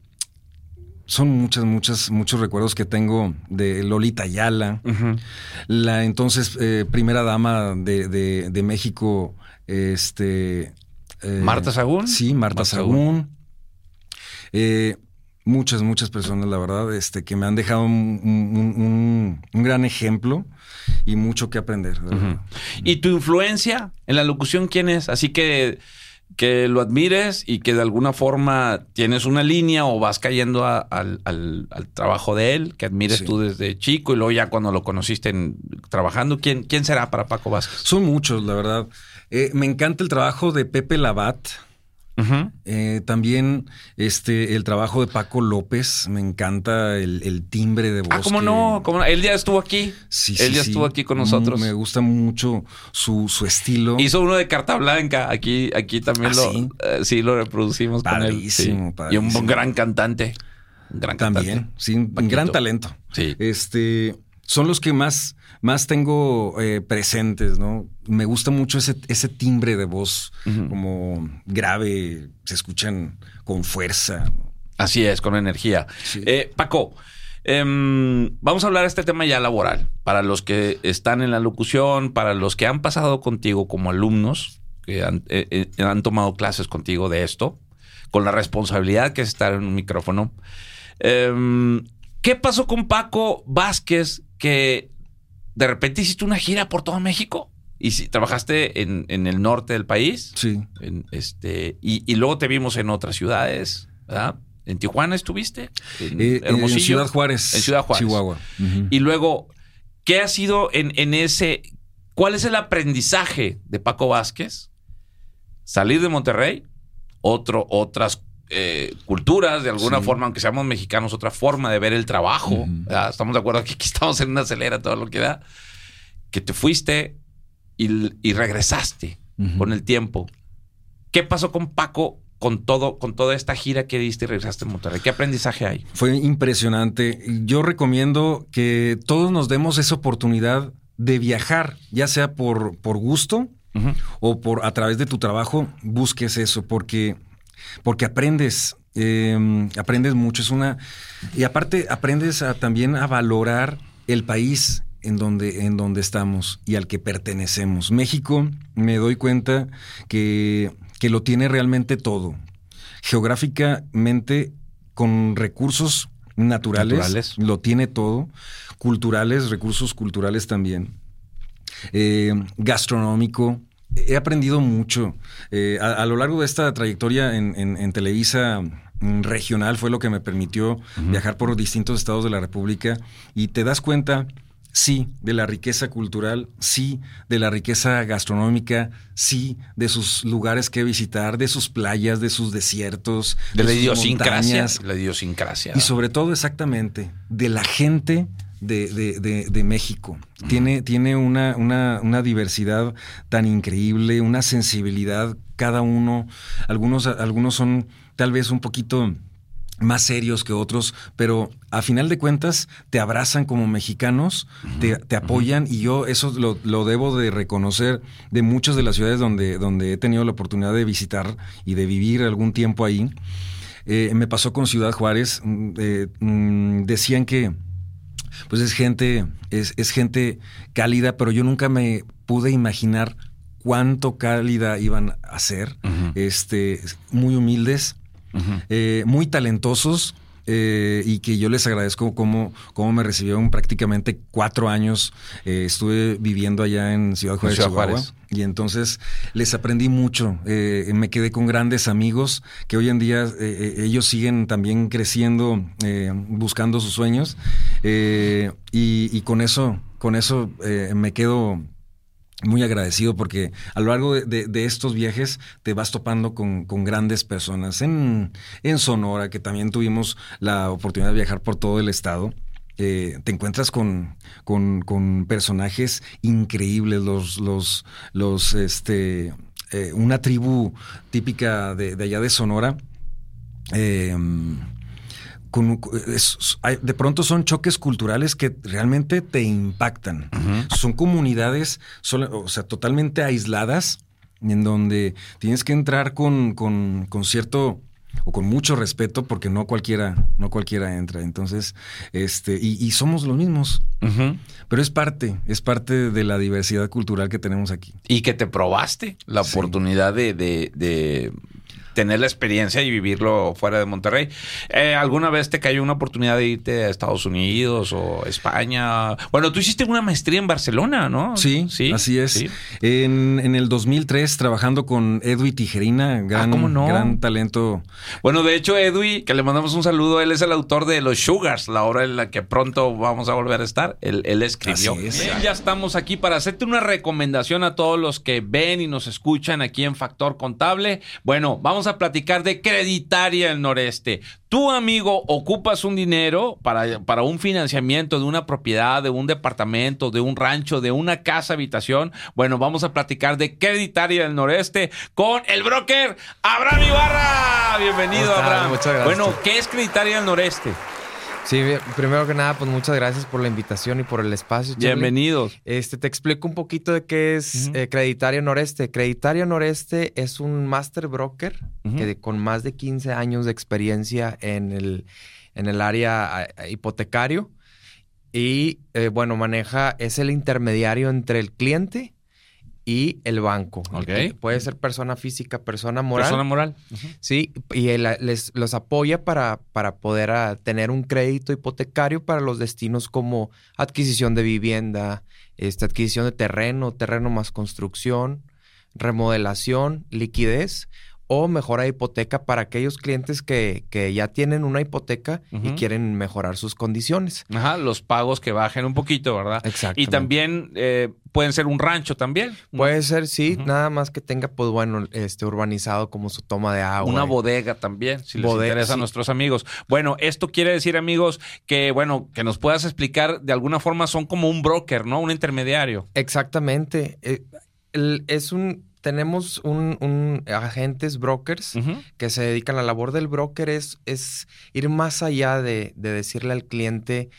[SPEAKER 3] son muchas, muchas, muchos recuerdos que tengo de Lolita Ayala, uh-huh. la entonces eh, primera dama de, de, de México, este...
[SPEAKER 2] Eh, ¿Marta Sagún?
[SPEAKER 3] Sí, Marta, Marta Sagún. Eh, muchas, muchas personas, la verdad, este, que me han dejado un, un, un, un gran ejemplo y mucho que aprender.
[SPEAKER 2] Uh-huh. ¿Y tu influencia en la locución quién es? Así que, que lo admires y que de alguna forma tienes una línea o vas cayendo a, al, al, al trabajo de él, que admires sí. tú desde chico y luego ya cuando lo conociste en, trabajando. ¿Quién, ¿Quién será para Paco Vázquez?
[SPEAKER 3] Son muchos, la verdad. Eh, me encanta el trabajo de Pepe Labat. Uh-huh. Eh, también este el trabajo de Paco López, me encanta el, el timbre de voz.
[SPEAKER 2] Ah, ¿cómo que... no? ¿Cómo no? Él ya estuvo aquí.
[SPEAKER 3] Sí,
[SPEAKER 2] Él
[SPEAKER 3] sí,
[SPEAKER 2] ya
[SPEAKER 3] sí.
[SPEAKER 2] estuvo aquí con nosotros.
[SPEAKER 3] Me gusta mucho su, su estilo.
[SPEAKER 2] Hizo uno de Carta Blanca. Aquí, aquí también ¿Ah, lo,
[SPEAKER 3] sí?
[SPEAKER 2] Uh, sí lo reproducimos
[SPEAKER 3] padrísimo,
[SPEAKER 2] con él. Sí.
[SPEAKER 3] Padrísimo.
[SPEAKER 2] Y un gran cantante. Un gran
[SPEAKER 3] también,
[SPEAKER 2] cantante.
[SPEAKER 3] sí, un Paquito. Gran talento.
[SPEAKER 2] Sí.
[SPEAKER 3] Este, son los que más, más tengo eh, presentes, ¿no? Me gusta mucho ese, ese timbre de voz, uh-huh. como grave, se escuchan con fuerza.
[SPEAKER 2] Así es, con energía. Sí. Eh, Paco, eh, vamos a hablar de este tema ya laboral. Para los que están en la locución, para los que han pasado contigo como alumnos, que han, eh, eh, han tomado clases contigo de esto, con la responsabilidad que es estar en un micrófono. Eh, ¿Qué pasó con Paco Vázquez que de repente hiciste una gira por todo México? Y si trabajaste en, en el norte del país.
[SPEAKER 3] Sí.
[SPEAKER 2] En este, y, y luego te vimos en otras ciudades, ¿verdad? ¿En Tijuana estuviste? ¿En
[SPEAKER 3] eh, Hermosillo? En Ciudad Juárez.
[SPEAKER 2] En Ciudad Juárez.
[SPEAKER 3] Chihuahua. Uh-huh.
[SPEAKER 2] Y luego, ¿qué ha sido en, en ese... ¿Cuál es el aprendizaje de Paco Vázquez? Salir de Monterrey, otro, otras eh, culturas, de alguna sí. forma, aunque seamos mexicanos, otra forma de ver el trabajo. Uh-huh. ¿Verdad? Estamos de acuerdo que aquí estamos en una acelera, todo lo que da. Que te fuiste... Y, y regresaste uh-huh. con el tiempo. ¿Qué pasó con Paco con todo, con toda esta gira que diste y regresaste en Monterrey? ¿Qué aprendizaje hay?
[SPEAKER 3] Fue impresionante. Yo recomiendo que todos nos demos esa oportunidad de viajar, ya sea por, por gusto uh-huh. o por a través de tu trabajo, busques eso, porque, porque aprendes, eh, aprendes mucho. Es una, y aparte aprendes a, también a valorar el país en donde, en donde estamos y al que pertenecemos. México, me doy cuenta que, que lo tiene realmente todo. Geográficamente, con recursos naturales, naturales, lo tiene todo. Culturales, recursos culturales también. Eh, gastronómico. He aprendido mucho. Eh, a, a lo largo de esta trayectoria en, en, en Televisa regional fue lo que me permitió uh-huh. viajar por distintos estados de la República y te das cuenta, sí, de la riqueza cultural, sí, de la riqueza gastronómica, sí, de sus lugares que visitar, de sus playas, de sus desiertos,
[SPEAKER 2] de, de la idiosincrasia,
[SPEAKER 3] montañas,
[SPEAKER 2] la idiosincrasia.
[SPEAKER 3] Y sobre todo, exactamente, de la gente de, de, de, de México. Uh-huh. Tiene, tiene una, una, una diversidad tan increíble, una sensibilidad cada uno. Algunos, algunos son tal vez un poquito más serios que otros, pero a final de cuentas te abrazan como mexicanos, uh-huh, te, te apoyan uh-huh. y yo eso lo, lo debo de reconocer de muchas de las ciudades donde, donde he tenido la oportunidad de visitar y de vivir algún tiempo ahí. Eh, me pasó con Ciudad Juárez, eh, mm, decían que pues es gente, es, es gente cálida, pero yo nunca me pude imaginar cuánto cálida iban a ser, uh-huh. este, muy humildes, uh-huh. eh, muy talentosos, eh, y que yo les agradezco cómo, cómo me recibieron prácticamente cuatro años. Eh, estuve viviendo allá en Ciudad Juárez, Ciudad Chihuahua, Juárez. Y entonces les aprendí mucho. Eh, me quedé con grandes amigos que hoy en día eh, ellos siguen también creciendo, eh, buscando sus sueños. Eh, y, y con eso, con eso eh, me quedo muy agradecido porque a lo largo de, de, de estos viajes te vas topando con, con grandes personas. En, en Sonora, que también tuvimos la oportunidad de viajar por todo el estado, eh, te encuentras con, con, con personajes increíbles, los, los, los, este, eh, una tribu típica de, de allá de Sonora. Eh, Con, es, hay, de pronto son choques culturales que realmente te impactan. Uh-huh. Son comunidades, son, o sea, totalmente aisladas, en donde tienes que entrar con, con, con cierto o con mucho respeto, porque no cualquiera, no cualquiera entra. Entonces, este, y, y somos los mismos. Uh-huh. Pero es parte, es parte de la diversidad cultural que tenemos aquí.
[SPEAKER 2] Y que te probaste la sí. oportunidad de, de, de tener la experiencia y vivirlo fuera de Monterrey. Eh, ¿Alguna vez te cayó una oportunidad de irte a Estados Unidos o España? Bueno, tú hiciste una maestría en Barcelona, ¿no?
[SPEAKER 3] Sí, sí, así es. Sí. En, en el dos mil tres, trabajando con Edwi Tijerina, gran, ah, ¿cómo no? gran talento.
[SPEAKER 2] Bueno, de hecho, Edwi, que le mandamos un saludo, él es el autor de Los Sugars, la obra en la que pronto vamos a volver a estar. Él, él escribió.
[SPEAKER 3] Así es.
[SPEAKER 2] Bien, ya estamos aquí para hacerte una recomendación a todos los que ven y nos escuchan aquí en Factor Contable. Bueno, vamos a platicar de Creditaria del Noreste. Tú, amigo, ocupas un dinero para, para un financiamiento de una propiedad, de un departamento, de un rancho, de una casa habitación. Bueno, vamos a platicar de Creditaria del Noreste con el broker Abraham Ibarra. Bienvenido, Abraham.
[SPEAKER 4] Muchas gracias.
[SPEAKER 2] Bueno, ¿qué es Creditaria del Noreste?
[SPEAKER 4] Sí, primero que nada, pues muchas gracias por la invitación y por el espacio, Charlie.
[SPEAKER 2] Bienvenidos.
[SPEAKER 4] Este, te explico un poquito de qué es uh-huh. eh, Creditaria Noreste. Creditaria Noreste es un master broker uh-huh. que de, con más de quince años de experiencia en el, en el área eh, hipotecario y, eh, bueno, maneja, es el intermediario entre el cliente y el banco.
[SPEAKER 2] Okay.
[SPEAKER 4] Puede ser persona física, persona moral.
[SPEAKER 2] Persona moral.
[SPEAKER 4] Uh-huh. Sí, y él les los apoya para, para poder a, tener un crédito hipotecario para los destinos como adquisición de vivienda, este, adquisición de terreno, terreno más construcción, remodelación, liquidez o mejora de hipoteca para aquellos clientes que, que ya tienen una hipoteca uh-huh. y quieren mejorar sus condiciones.
[SPEAKER 2] Ajá, los pagos que bajen un poquito, ¿verdad?
[SPEAKER 4] Exacto.
[SPEAKER 2] Y también eh, pueden ser un rancho también.
[SPEAKER 4] Puede ser, sí, uh-huh. nada más que tenga, pues bueno, este urbanizado como su toma de agua.
[SPEAKER 2] Una bodega también, si
[SPEAKER 4] bodega,
[SPEAKER 2] les interesa sí. a nuestros amigos. Bueno, esto quiere decir, amigos, que bueno, que nos puedas explicar, de alguna forma son como un broker, ¿no? Un intermediario.
[SPEAKER 4] Exactamente. Eh, el, es un... Tenemos un, un agentes brokers uh-huh. que se dedican a la labor del broker es, es ir más allá de, de decirle al cliente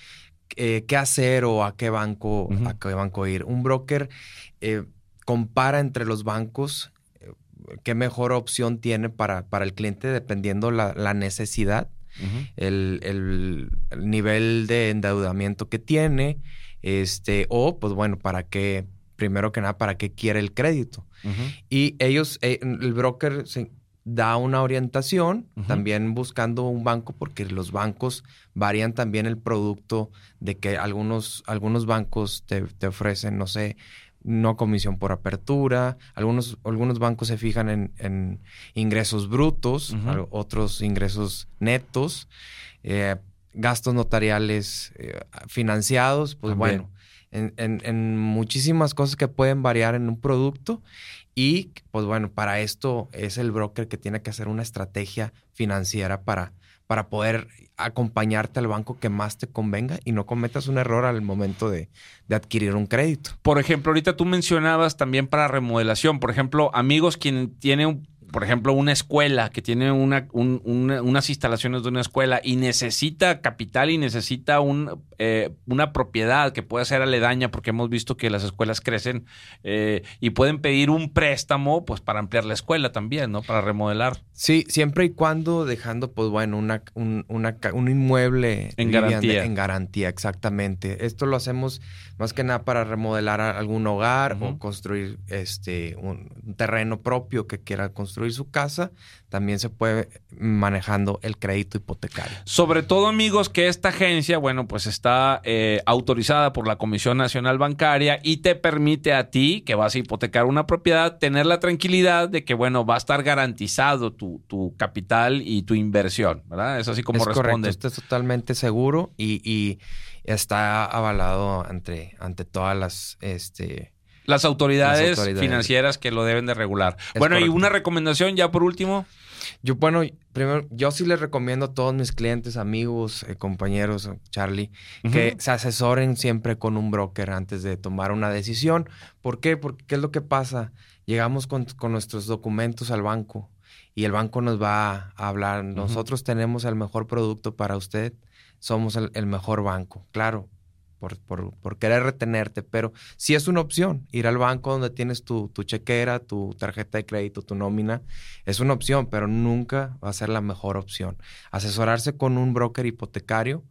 [SPEAKER 4] eh, qué hacer o a qué banco,
[SPEAKER 2] Uh-huh.
[SPEAKER 4] a qué banco ir. Un broker eh, compara entre los bancos eh, qué mejor opción tiene para, para el cliente dependiendo la, la necesidad,
[SPEAKER 2] Uh-huh.
[SPEAKER 4] el, el, el nivel de endeudamiento que tiene, este, o pues bueno, para qué, primero que nada, para qué quiere el crédito.
[SPEAKER 2] Uh-huh.
[SPEAKER 4] Y ellos, eh, el broker se da una orientación,
[SPEAKER 2] Uh-huh.
[SPEAKER 4] también buscando un banco, porque los bancos varían también el producto, de que algunos, algunos bancos te, te ofrecen, no sé, no comisión por apertura, algunos, algunos bancos se fijan en, en ingresos brutos,
[SPEAKER 2] Uh-huh.
[SPEAKER 4] al- otros ingresos netos, eh, gastos notariales eh, financiados, pues
[SPEAKER 2] También.
[SPEAKER 4] bueno, en, en, en muchísimas cosas que pueden variar en un producto. Y, pues bueno, para esto es el broker que tiene que hacer una estrategia financiera para, para poder acompañarte al banco que más te convenga y no cometas un error al momento de, de adquirir un crédito.
[SPEAKER 2] Por ejemplo, ahorita tú mencionabas también para remodelación. Por ejemplo, amigos, quien tiene, un, por ejemplo, una escuela, que tiene una, un, una, unas instalaciones de una escuela y necesita capital y necesita un, eh, una propiedad que pueda ser aledaña, porque hemos visto que las escuelas crecen eh, y pueden pedir un préstamo pues para ampliar la escuela también, ¿no? Para remodelar.
[SPEAKER 4] Sí, siempre y cuando dejando, pues bueno, una, un, una, ca- un inmueble
[SPEAKER 2] En
[SPEAKER 4] vivienda
[SPEAKER 2] garantía.
[SPEAKER 4] En garantía, exactamente. Esto lo hacemos más que nada para remodelar a- algún hogar
[SPEAKER 2] Ujú.
[SPEAKER 4] o construir este un, un terreno propio que quiera construir su casa. También se puede manejando el crédito hipotecario.
[SPEAKER 2] Sobre todo, amigos, que esta agencia, bueno, pues está eh, autorizada por la Comisión Nacional Bancaria y te permite a ti, que vas a hipotecar una propiedad, tener la tranquilidad de que, bueno, va a estar garantizado tu, tu capital y tu inversión, ¿verdad? Es así como
[SPEAKER 4] Es correcto,
[SPEAKER 2] responde.
[SPEAKER 4] esto es totalmente seguro y, y está avalado ante, ante todas las... este
[SPEAKER 2] Las autoridades,
[SPEAKER 4] Las autoridades.
[SPEAKER 2] financieras que lo deben de regular.
[SPEAKER 4] Es
[SPEAKER 2] Bueno, y
[SPEAKER 4] correcto.
[SPEAKER 2] una recomendación ya por último.
[SPEAKER 4] Yo, bueno, primero, yo sí les recomiendo a todos mis clientes, amigos, eh, compañeros, Charlie, que
[SPEAKER 2] Ujú.
[SPEAKER 4] se asesoren siempre con un broker antes de tomar una decisión. ¿Por qué? Porque ¿qué es lo que pasa? Llegamos con, con nuestros documentos al banco y el banco nos va a hablar. Nosotros tenemos el mejor producto para usted, somos el, el mejor banco. Claro, por, por, por querer retenerte, pero sí es una opción. Ir al banco donde tienes tu, tu chequera, tu tarjeta de crédito, tu nómina, es una opción, pero nunca va a ser la mejor opción. Asesorarse con un broker hipotecario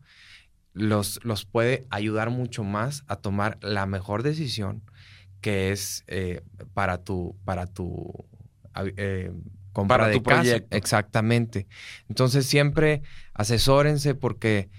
[SPEAKER 4] los, los puede ayudar mucho más a tomar la mejor decisión, que es eh, para tu, para tu eh, compra
[SPEAKER 2] Para
[SPEAKER 4] de
[SPEAKER 2] tu
[SPEAKER 4] casa.
[SPEAKER 2] proyecto.
[SPEAKER 4] Exactamente. Entonces siempre asesórense porque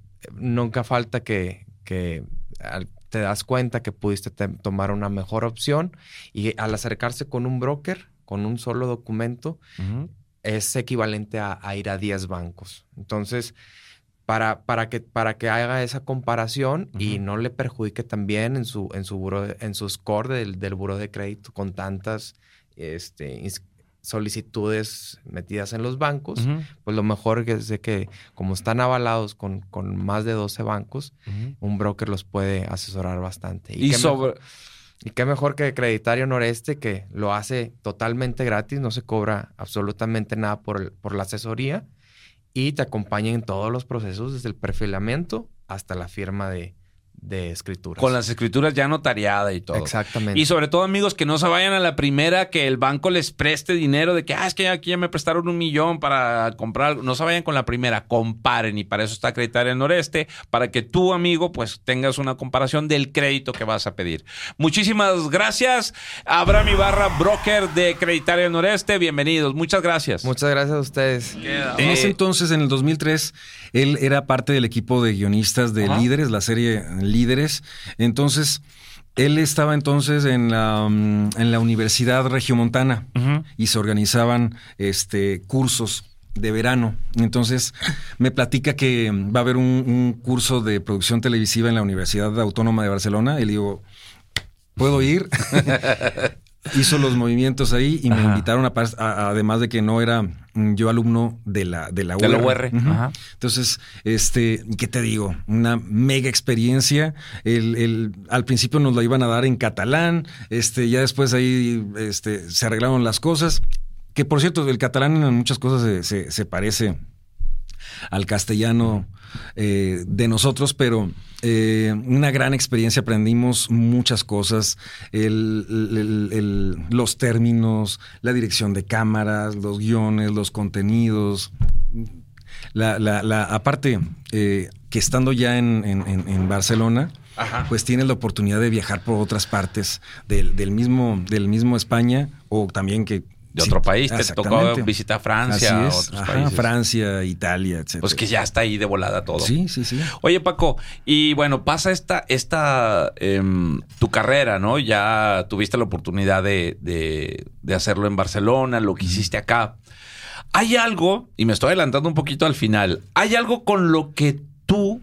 [SPEAKER 4] nunca falta que, que al- te das cuenta que pudiste te- tomar una mejor opción y al acercarse con un broker, con un solo documento,
[SPEAKER 2] Ujú.
[SPEAKER 4] es equivalente a, a ir a diez bancos. Entonces, para, para, que, para que haga esa comparación y
[SPEAKER 2] Ujú.
[SPEAKER 4] no le perjudique también en su, en su, buro de- en su score del, del buro de crédito con tantas este, ins- solicitudes metidas en los bancos,
[SPEAKER 2] Ujú.
[SPEAKER 4] pues lo mejor es de que como están avalados con, con más de doce bancos,
[SPEAKER 2] Ujú.
[SPEAKER 4] un broker los puede asesorar bastante.
[SPEAKER 2] Y
[SPEAKER 4] qué
[SPEAKER 2] sobre...
[SPEAKER 4] mejor- y qué mejor que Creditario Noreste, que lo hace totalmente gratis, no se cobra absolutamente nada por, el- por la asesoría y te acompaña en todos los procesos, desde el perfilamiento hasta la firma de, de escrituras.
[SPEAKER 2] Con las escrituras ya notariada y todo.
[SPEAKER 4] Exactamente.
[SPEAKER 2] Y sobre todo, amigos, que no se vayan a la primera que el banco les preste dinero de que, ah, es que aquí ya me prestaron un millón para comprar algo. No se vayan con la primera, comparen. Y para eso está Creditario Noreste, para que tú, amigo, pues tengas una comparación del crédito que vas a pedir. Muchísimas gracias. Abraham Ibarra, broker de Creditario Noreste. Bienvenidos. Muchas gracias.
[SPEAKER 4] Muchas gracias a ustedes.
[SPEAKER 3] En ese
[SPEAKER 2] Eh,
[SPEAKER 3] entonces, en el dos mil tres, él era parte del equipo de guionistas de
[SPEAKER 2] Ajá.
[SPEAKER 3] Líderes, la serie Líderes. Entonces, él estaba entonces en la, mm, en la Universidad Regiomontana
[SPEAKER 2] Ujú.
[SPEAKER 3] y se organizaban este, cursos de verano. Entonces, me platica que va a haber un, un curso de producción televisiva en la Universidad Autónoma de Barcelona. Y le digo, ¿puedo ir? Hizo los movimientos ahí y me
[SPEAKER 2] Ajá.
[SPEAKER 3] invitaron, a, a- además de que no era mm, yo alumno de la, de la U
[SPEAKER 2] De la
[SPEAKER 3] R.
[SPEAKER 2] U R.
[SPEAKER 3] Ujú.
[SPEAKER 2] Ajá.
[SPEAKER 3] Entonces, este, ¿qué te digo? Una mega experiencia. El, el- al principio nos la iban a dar en catalán, este, ya después ahí este, se arreglaron las cosas. Que por cierto, el catalán en muchas cosas se, se, se parece al castellano eh, de nosotros, pero eh, una gran experiencia, aprendimos muchas cosas, el, el, el, el, los términos, la dirección de cámaras, los guiones, los contenidos. La, la, la, aparte, eh, que estando ya en, en, en Barcelona, ajá, pues tienes la oportunidad de viajar por otras partes del, del, mismo, del mismo España, o también que...
[SPEAKER 2] De otro sí, país, te tocó visitar Francia,
[SPEAKER 3] Así es.
[SPEAKER 2] otros
[SPEAKER 3] Ajá,
[SPEAKER 2] países.
[SPEAKER 3] Francia, Italia, etcétera.
[SPEAKER 2] Pues que ya está ahí de volada todo.
[SPEAKER 3] Sí, sí, sí.
[SPEAKER 2] Oye, Paco, y bueno, pasa esta, esta eh, tu carrera, ¿no? Ya tuviste la oportunidad de, de, de hacerlo en Barcelona, lo que hiciste acá. Hay algo, y me estoy adelantando un poquito al final, hay algo con lo que tú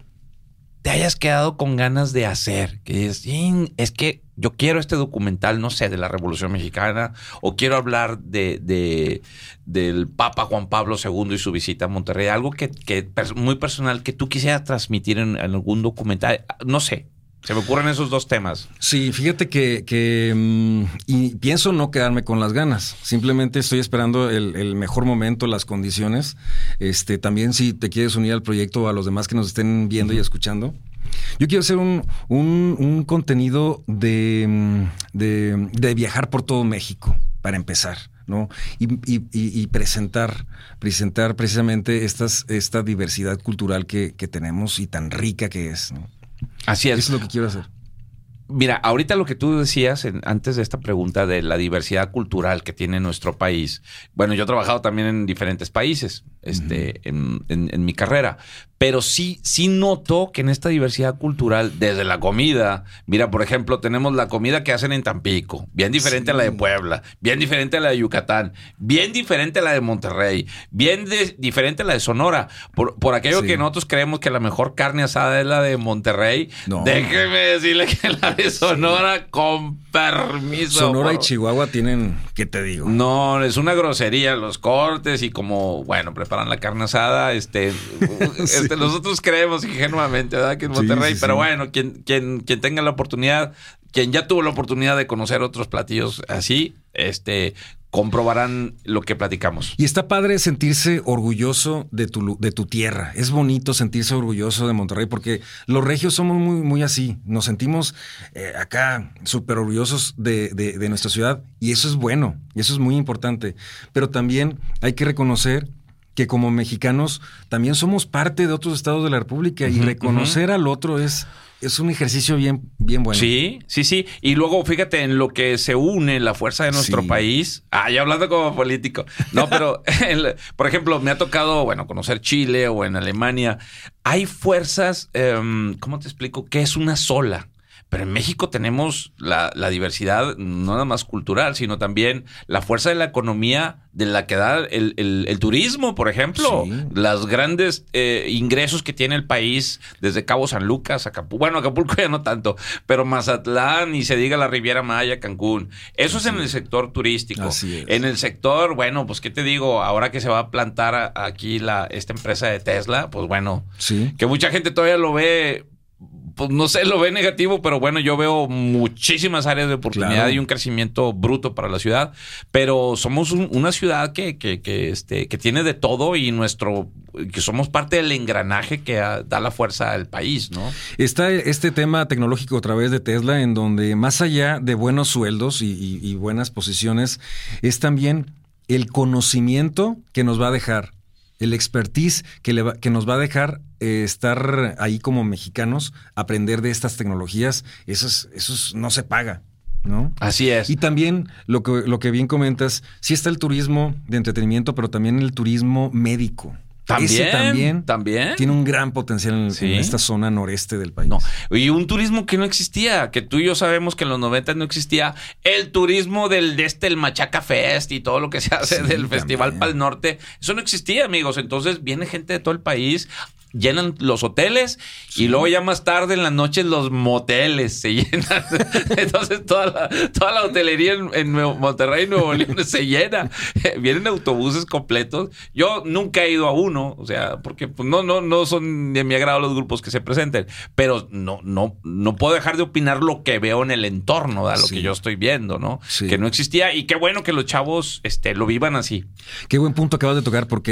[SPEAKER 2] te hayas quedado con ganas de hacer, que es, es que yo quiero este documental, no sé, de la Revolución Mexicana, o quiero hablar de, de del Papa Juan Pablo segundo y su visita a Monterrey, algo que, que muy personal que tú quisieras transmitir en, en algún documental, no sé. Se me ocurren esos dos temas.
[SPEAKER 3] Sí, fíjate que, que um, y pienso no quedarme con las ganas. Simplemente estoy esperando el, el mejor momento, las condiciones. Este, también si te quieres unir al proyecto, a los demás que nos estén viendo uh-huh. y escuchando. Yo quiero hacer un, un, un contenido de, de, de viajar por todo México, para empezar, ¿no? Y, y, y presentar, presentar precisamente estas, esta diversidad cultural que, que tenemos y tan rica que es, ¿no?
[SPEAKER 2] Así es.
[SPEAKER 3] Eso es lo que quiero hacer.
[SPEAKER 2] Mira, ahorita lo que tú decías en, antes de esta pregunta de la diversidad cultural que tiene nuestro país. Bueno, yo he trabajado también en diferentes países este, uh-huh. en, en, en mi carrera, pero sí, sí noto que en esta diversidad cultural, desde la comida, mira, por ejemplo, tenemos la comida que hacen en Tampico, bien diferente sí. a la de Puebla, bien diferente a la de Yucatán, bien diferente a la de Monterrey, bien de, diferente a la de Sonora. Por, por aquello sí. que nosotros creemos que la mejor carne asada es la de Monterrey, no. déjeme decirle que la de Sonora, sí. con permiso.
[SPEAKER 3] Sonora
[SPEAKER 2] por...
[SPEAKER 3] y Chihuahua tienen, ¿qué te digo?
[SPEAKER 2] No, es una grosería los cortes y como, bueno, preparan la carne asada, este... sí. este nosotros creemos ingenuamente, ¿verdad? Que en Monterrey, sí, sí, pero sí. bueno, quien, quien, quien tenga la oportunidad, quien ya tuvo la oportunidad de conocer otros platillos así, este, comprobarán lo que platicamos.
[SPEAKER 3] Y está padre sentirse orgulloso de tu, de tu tierra. Es bonito sentirse orgulloso de Monterrey porque los regios somos muy, muy así. Nos sentimos eh, acá súper orgullosos de, de, de nuestra ciudad y eso es bueno y eso es muy importante. Pero también hay que reconocer que como mexicanos también somos parte de otros estados de la República uh-huh, y reconocer uh-huh. al otro es, es un ejercicio bien, bien bueno.
[SPEAKER 2] Sí, sí, sí. Y luego fíjate en lo que se une la fuerza de nuestro sí. país. Ah, ya hablando como político. No, pero el, por ejemplo, me ha tocado, bueno, conocer Chile o en Alemania. Hay fuerzas, um, ¿cómo te explico? Que es una sola. Pero en México tenemos la, la diversidad no nada más cultural, sino también la fuerza de la economía de la que da el, el, el turismo, por ejemplo. Sí. Los grandes eh, ingresos que tiene el país desde Cabo San Lucas, Acapulco. Bueno, Acapulco ya no tanto, pero Mazatlán y se diga la Riviera Maya, Cancún. Eso es en el sector turístico.
[SPEAKER 3] Así es.
[SPEAKER 2] En el sector, bueno, pues ¿qué te digo? Ahora que se va a plantar a, aquí la, esta empresa de Tesla, pues bueno,
[SPEAKER 3] sí.
[SPEAKER 2] que mucha gente todavía lo ve... Pues no sé, lo ve negativo, pero bueno, yo veo muchísimas áreas de oportunidad claro. y un crecimiento bruto para la ciudad. Pero somos un, una ciudad que, que, que, este, que tiene de todo y nuestro, que somos parte del engranaje que a, da la fuerza al país, ¿no?
[SPEAKER 3] Está este tema tecnológico a través de Tesla, en donde más allá de buenos sueldos y, y, y buenas posiciones, es también el conocimiento que nos va a dejar. El expertise que, le va, que nos va a dejar eh, estar ahí como mexicanos, aprender de estas tecnologías, eso, es, eso es, no se paga, ¿no?
[SPEAKER 2] Así es.
[SPEAKER 3] Y también, lo que, lo que bien comentas, sí está el turismo de entretenimiento, pero también el turismo médico.
[SPEAKER 2] También,
[SPEAKER 3] Ese también,
[SPEAKER 2] también
[SPEAKER 3] tiene un gran potencial en, ¿sí? en esta zona noreste del país.
[SPEAKER 2] No. Y un turismo que no existía, que tú y yo sabemos que en los noventa no existía. El turismo del de este, el Machaca Fest y todo lo que se hace sí, del también. Festival Pal Norte. Eso no existía, amigos. Entonces viene gente de todo el país, llenan los hoteles sí. y luego ya más tarde en las noches los moteles se llenan. Entonces toda la, toda la hotelería en, en Monterrey, Nuevo León se llena. Vienen autobuses completos. Yo nunca he ido a uno, o sea, porque pues, no, no, no son de mi agrado los grupos que se presenten, pero no, no, no puedo dejar de opinar lo que veo en el entorno, ¿da? Lo sí. que yo estoy viendo, ¿no?
[SPEAKER 3] Sí.
[SPEAKER 2] Que no existía y qué bueno que los chavos este, lo vivan así.
[SPEAKER 3] Qué buen punto acabas de tocar porque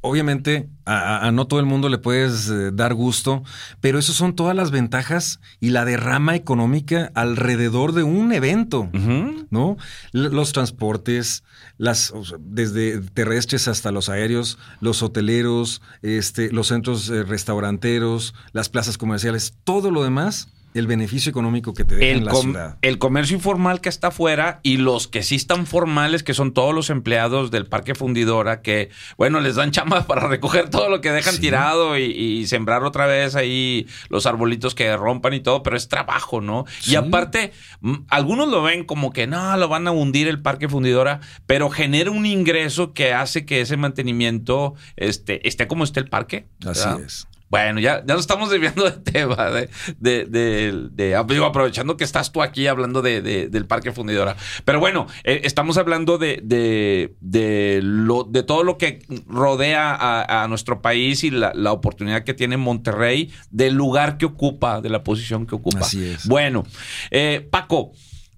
[SPEAKER 3] obviamente a, a no todo el mundo le puedes eh, dar gusto, pero esas son todas las ventajas y la derrama económica alrededor de un evento, uh-huh. ¿no? L- los transportes, las o sea, desde terrestres hasta los aéreos, los hoteleros, este, los centros eh, restauranteros, las plazas comerciales, todo lo demás. El beneficio económico que te deja
[SPEAKER 2] el
[SPEAKER 3] en la
[SPEAKER 2] com-
[SPEAKER 3] ciudad.
[SPEAKER 2] El comercio informal que está afuera y los que sí están formales, que son todos los empleados del Parque Fundidora, que, bueno, les dan chamba para recoger todo lo que dejan sí. tirado y, y sembrar otra vez ahí los arbolitos que rompan y todo, pero es trabajo, ¿no? Sí. Y aparte, m- algunos lo ven como que no, lo van a hundir el Parque Fundidora, pero genera un ingreso que hace que ese mantenimiento este, esté como esté el parque.
[SPEAKER 3] Así
[SPEAKER 2] ¿verdad?
[SPEAKER 3] es.
[SPEAKER 2] Bueno, ya, ya nos estamos desviando de tema, de, de, de, de, de aprovechando que estás tú aquí hablando de, de, del Parque Fundidora. Pero bueno, eh, estamos hablando de, de, de, lo, de todo lo que rodea a, a nuestro país y la, la oportunidad que tiene Monterrey, del lugar que ocupa, de la posición que ocupa.
[SPEAKER 3] Así es.
[SPEAKER 2] Bueno, eh, Paco,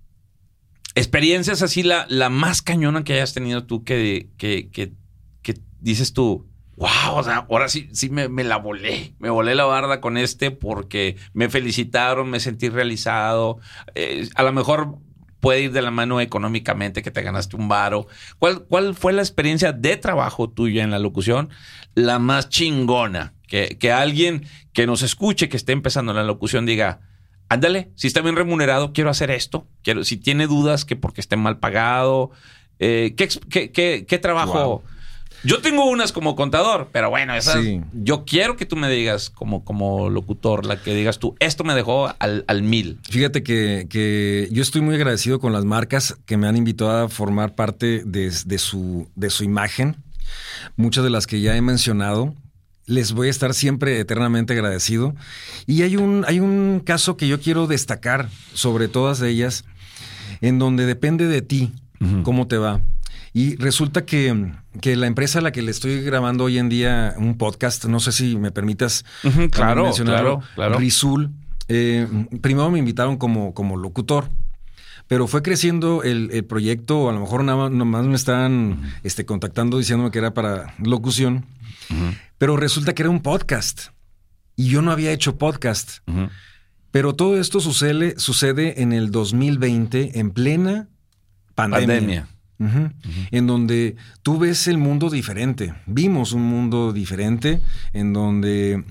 [SPEAKER 2] experiencias así, la, la más cañona que hayas tenido tú que, que, que, que dices tú, wow, o sea, ahora sí, sí me, me la volé. Me volé la barda con este porque me felicitaron, me sentí realizado. Eh, a lo mejor puede ir de la mano económicamente que te ganaste un varo. ¿Cuál, cuál fue la experiencia de trabajo tuya en la locución? La más chingona. Que, que alguien que nos escuche, que esté empezando en la locución, diga, ándale, si está bien remunerado, quiero hacer esto. Quiero, si tiene dudas que porque esté mal pagado. Eh, ¿qué, qué, qué, ¿Qué trabajo...? Wow. Yo tengo unas como contador, pero bueno, esas sí. Yo quiero que tú me digas como, como locutor, la que digas tú, esto me dejó al, al mil.
[SPEAKER 3] Fíjate que, que yo estoy muy agradecido con las marcas que me han invitado a formar parte de, de, su, de su imagen. Muchas de las que ya he mencionado, les voy a estar siempre eternamente agradecido. Y hay un, hay un caso que yo quiero destacar sobre todas ellas, en donde depende de ti uh-huh. cómo te va. Y resulta que, que la empresa a la que le estoy grabando hoy en día un podcast, no sé si me permitas
[SPEAKER 2] uh-huh, claro, mencionarlo, claro, claro.
[SPEAKER 3] Rizul, eh, primero me invitaron como, como locutor, pero fue creciendo el, el proyecto, a lo mejor nada más me estaban uh-huh. este, contactando diciéndome que era para locución, uh-huh. pero resulta que era un podcast y yo no había hecho podcast. Uh-huh. Pero todo esto sucede, sucede en el dos mil veinte, en plena pandemia. pandemia. Uh-huh. Uh-huh. En donde tú ves el mundo diferente. Vimos un mundo diferente en donde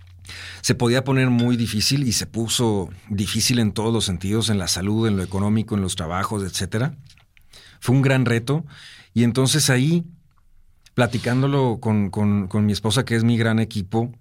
[SPEAKER 3] se podía poner muy difícil y se puso difícil en todos los sentidos, en la salud, en lo económico, en los trabajos, etcétera. Fue un gran reto. Y entonces ahí, platicándolo con, con, con mi esposa, que es mi gran equipo,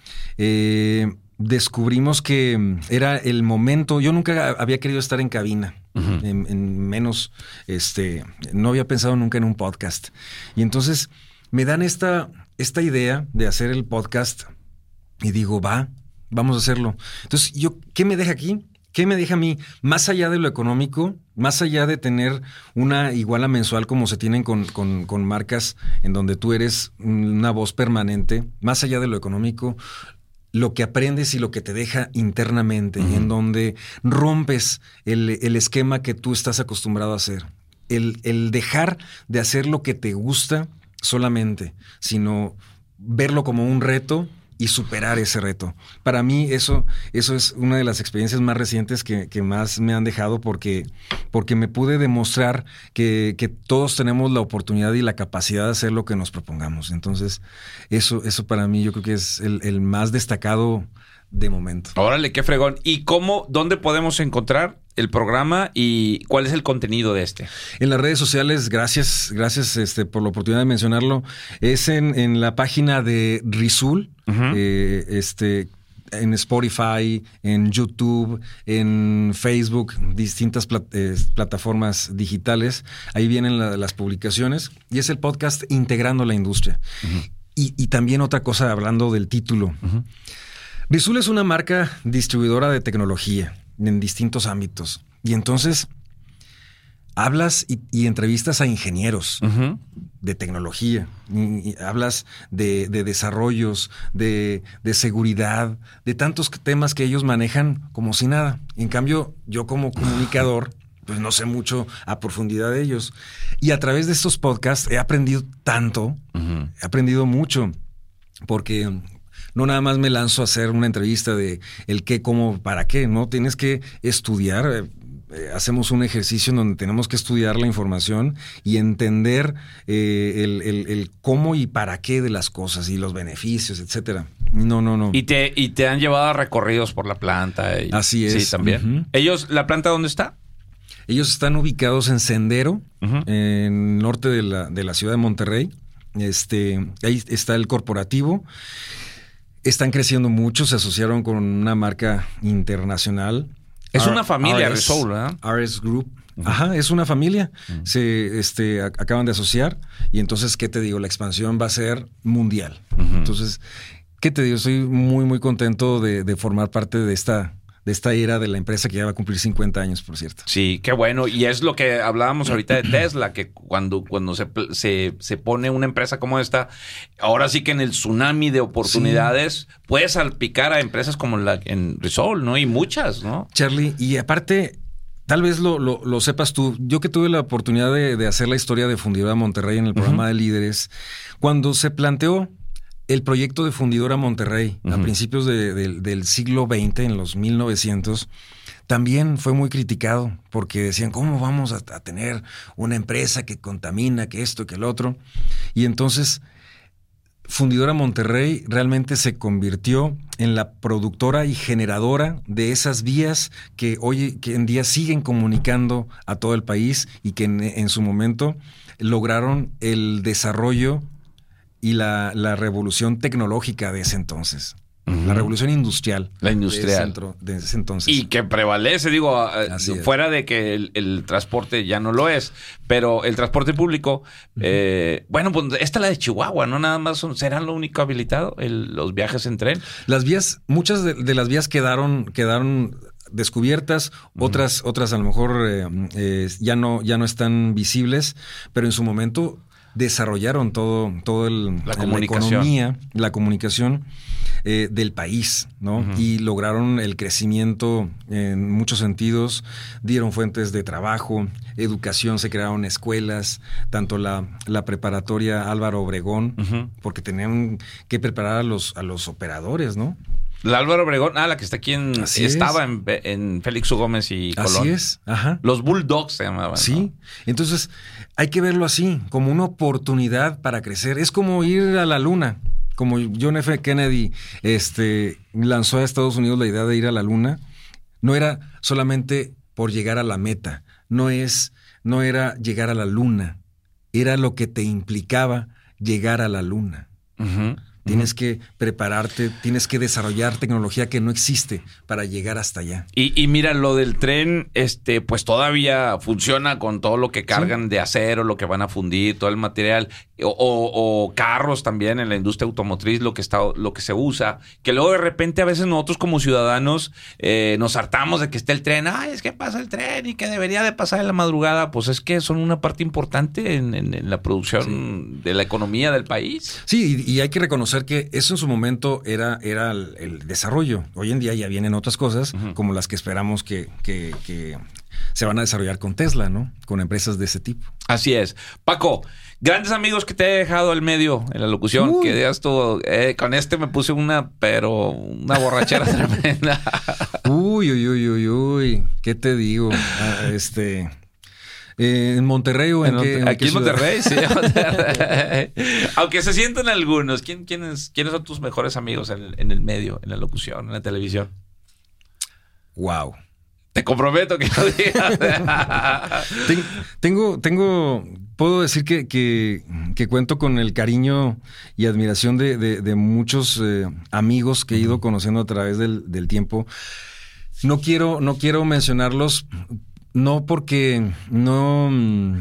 [SPEAKER 3] eh, descubrimos que era el momento. Yo nunca había querido estar en cabina. Uh-huh. En, en menos, este, no había pensado nunca en un podcast. Y entonces me dan esta, esta idea de hacer el podcast y digo, va, vamos a hacerlo. Entonces, yo, ¿qué me deja aquí? ¿Qué me deja a mí? Más allá de lo económico, más allá de tener una iguala mensual como se tienen con, con, con marcas en donde tú eres una voz permanente, más allá de lo económico, lo que aprendes y lo que te deja internamente, uh-huh. en donde rompes el, el esquema que tú estás acostumbrado a hacer. El, el dejar de hacer lo que te gusta solamente, sino verlo como un reto y superar ese reto. Para mí eso, eso es una de las experiencias más recientes que, que más me han dejado porque, porque me pude demostrar que, que todos tenemos la oportunidad y la capacidad de hacer lo que nos propongamos. Entonces, eso, eso para mí yo creo que es el, el más destacado de momento.
[SPEAKER 2] Órale, qué fregón. ¿Y cómo, dónde podemos encontrar el programa y cuál es el contenido de este?
[SPEAKER 3] En las redes sociales, gracias, gracias este, por la oportunidad de mencionarlo. Es en, en la página de Rizul, uh-huh. eh, este, en Spotify, en YouTube, en Facebook, distintas plat- eh, plataformas digitales. Ahí vienen la, las publicaciones y es el podcast Integrando la Industria. Uh-huh. Y, y también otra cosa, hablando del título. Uh-huh. Rizul es una marca distribuidora de tecnología en distintos ámbitos. Y entonces hablas y, y entrevistas a ingenieros uh-huh. de tecnología. Y, y hablas de, de desarrollos, de, de seguridad, de tantos temas que ellos manejan como si nada. En cambio, yo como comunicador, pues no sé mucho a profundidad de ellos. Y a través de estos podcasts he aprendido tanto, uh-huh. he aprendido mucho, porque no nada más me lanzo a hacer una entrevista de el qué, cómo, para qué, ¿no? Tienes que estudiar. Eh, hacemos un ejercicio en donde tenemos que estudiar la información y entender eh, el, el, el cómo y para qué de las cosas y los beneficios, etcétera. No, no, no.
[SPEAKER 2] Y te, y te han llevado a recorridos por la planta. Y,
[SPEAKER 3] Así es.
[SPEAKER 2] Sí, también. Uh-huh. ¿Ellos, la planta dónde está?
[SPEAKER 3] Ellos están ubicados en Sendero, uh-huh. en el norte de la, de la ciudad de Monterrey. Este, ahí está el corporativo. Están creciendo mucho, se asociaron con una marca internacional.
[SPEAKER 2] Es
[SPEAKER 3] R-
[SPEAKER 2] una familia,
[SPEAKER 3] R S,
[SPEAKER 2] Resol, ¿verdad?
[SPEAKER 3] R S Group. Uh-huh. Ajá, es una familia. Uh-huh. Se este, a- acaban de asociar y entonces, ¿qué te digo? La expansión va a ser mundial. Uh-huh. Entonces, ¿qué te digo? Estoy muy, muy contento de, de formar parte de esta, de esta era de la empresa que ya va a cumplir cincuenta años, por cierto.
[SPEAKER 2] Sí, qué bueno. Y es lo que hablábamos ahorita de Tesla, que cuando, cuando se, se, se pone una empresa como esta, ahora sí que en el tsunami de oportunidades sí. puedes salpicar a empresas como la en Resol, ¿no? Y muchas, ¿no?
[SPEAKER 3] Charlie, y aparte, tal vez lo, lo, lo sepas tú, yo que tuve la oportunidad de, de hacer la historia de Fundidora Monterrey en el programa uh-huh. de líderes, cuando se planteó el proyecto de Fundidora Monterrey uh-huh. a principios de, de, del siglo veinte, en los mil novecientos, también fue muy criticado porque decían, ¿cómo vamos a, a tener una empresa que contamina, que esto, que el otro? Y entonces Fundidora Monterrey realmente se convirtió en la productora y generadora de esas vías que hoy que en día siguen comunicando a todo el país y que en, en su momento lograron el desarrollo y la, la revolución tecnológica de ese entonces. Uh-huh. La revolución industrial.
[SPEAKER 2] La industrial.
[SPEAKER 3] De ese, centro, de ese entonces.
[SPEAKER 2] Y que prevalece, digo, Así fuera es. de que el, el transporte ya no lo es, pero el transporte público, uh-huh. eh, bueno, pues esta es la de Chihuahua, ¿no? Nada más son, ¿serán lo único habilitado? El, los viajes en tren.
[SPEAKER 3] Las vías, muchas de, de las vías quedaron, quedaron descubiertas, uh-huh. otras, otras a lo mejor eh, eh, ya no, ya no están visibles, pero en su momento desarrollaron todo, todo el,
[SPEAKER 2] la,
[SPEAKER 3] la economía, la comunicación eh, del país, ¿no? Uh-huh. Y lograron el crecimiento en muchos sentidos, dieron fuentes de trabajo, educación, se crearon escuelas, tanto la, la preparatoria Álvaro Obregón, uh-huh. porque tenían que preparar a los, a los operadores, ¿no?
[SPEAKER 2] La Álvaro Obregón, ah, la que está aquí en...
[SPEAKER 3] Así
[SPEAKER 2] estaba
[SPEAKER 3] es.
[SPEAKER 2] en, en Félix U. Gómez y Colón.
[SPEAKER 3] Así es, ajá.
[SPEAKER 2] Los Bulldogs se llamaban.
[SPEAKER 3] Sí,
[SPEAKER 2] ¿no?
[SPEAKER 3] Entonces hay que verlo así, como una oportunidad para crecer. Es como ir a la luna, como John F. Kennedy este, lanzó a Estados Unidos la idea de ir a la luna. No era solamente por llegar a la meta, no, es, no era llegar a la luna, era lo que te implicaba llegar a la luna.
[SPEAKER 2] Uh-huh.
[SPEAKER 3] Tienes que prepararte, tienes que desarrollar tecnología que no existe para llegar hasta allá.
[SPEAKER 2] Y, y mira, lo del tren, este, pues todavía funciona con todo lo que cargan sí. de acero, lo que van a fundir, todo el material, o, o, o carros también en la industria automotriz, lo que está, lo que se usa, que luego de repente a veces nosotros como ciudadanos eh, nos hartamos de que esté el tren, ay, es que pasa el tren y que debería de pasar en la madrugada, pues es que son una parte importante en, en, en la producción sí. de la economía del país.
[SPEAKER 3] Sí, y, y hay que reconocer que eso en su momento era, era el, el desarrollo. Hoy en día ya vienen otras cosas, uh-huh. como las que esperamos que, que, que se van a desarrollar con Tesla, ¿no? Con empresas de ese tipo.
[SPEAKER 2] Así es. Paco, grandes amigos que te he dejado al medio en la locución, Uy. que digas tú, eh, con este me puse una, pero una borrachera tremenda.
[SPEAKER 3] Uy, uy, uy, uy, uy. ¿Qué te digo? Ah, este... Eh, ¿En Monterrey o en, en qué? En
[SPEAKER 2] aquí
[SPEAKER 3] qué
[SPEAKER 2] en Monterrey, sí. Monterrey. Aunque se sienten algunos. ¿Quién, quiénes, ¿Quiénes son tus mejores amigos en el, en el medio, en la locución, en la televisión?
[SPEAKER 3] Wow.
[SPEAKER 2] Te comprometo que lo digas.
[SPEAKER 3] Ten, tengo, tengo, puedo decir que, que, que cuento con el cariño y admiración de, de, de muchos eh, amigos que he ido conociendo a través del, del tiempo. No quiero, no quiero mencionarlos. No porque no,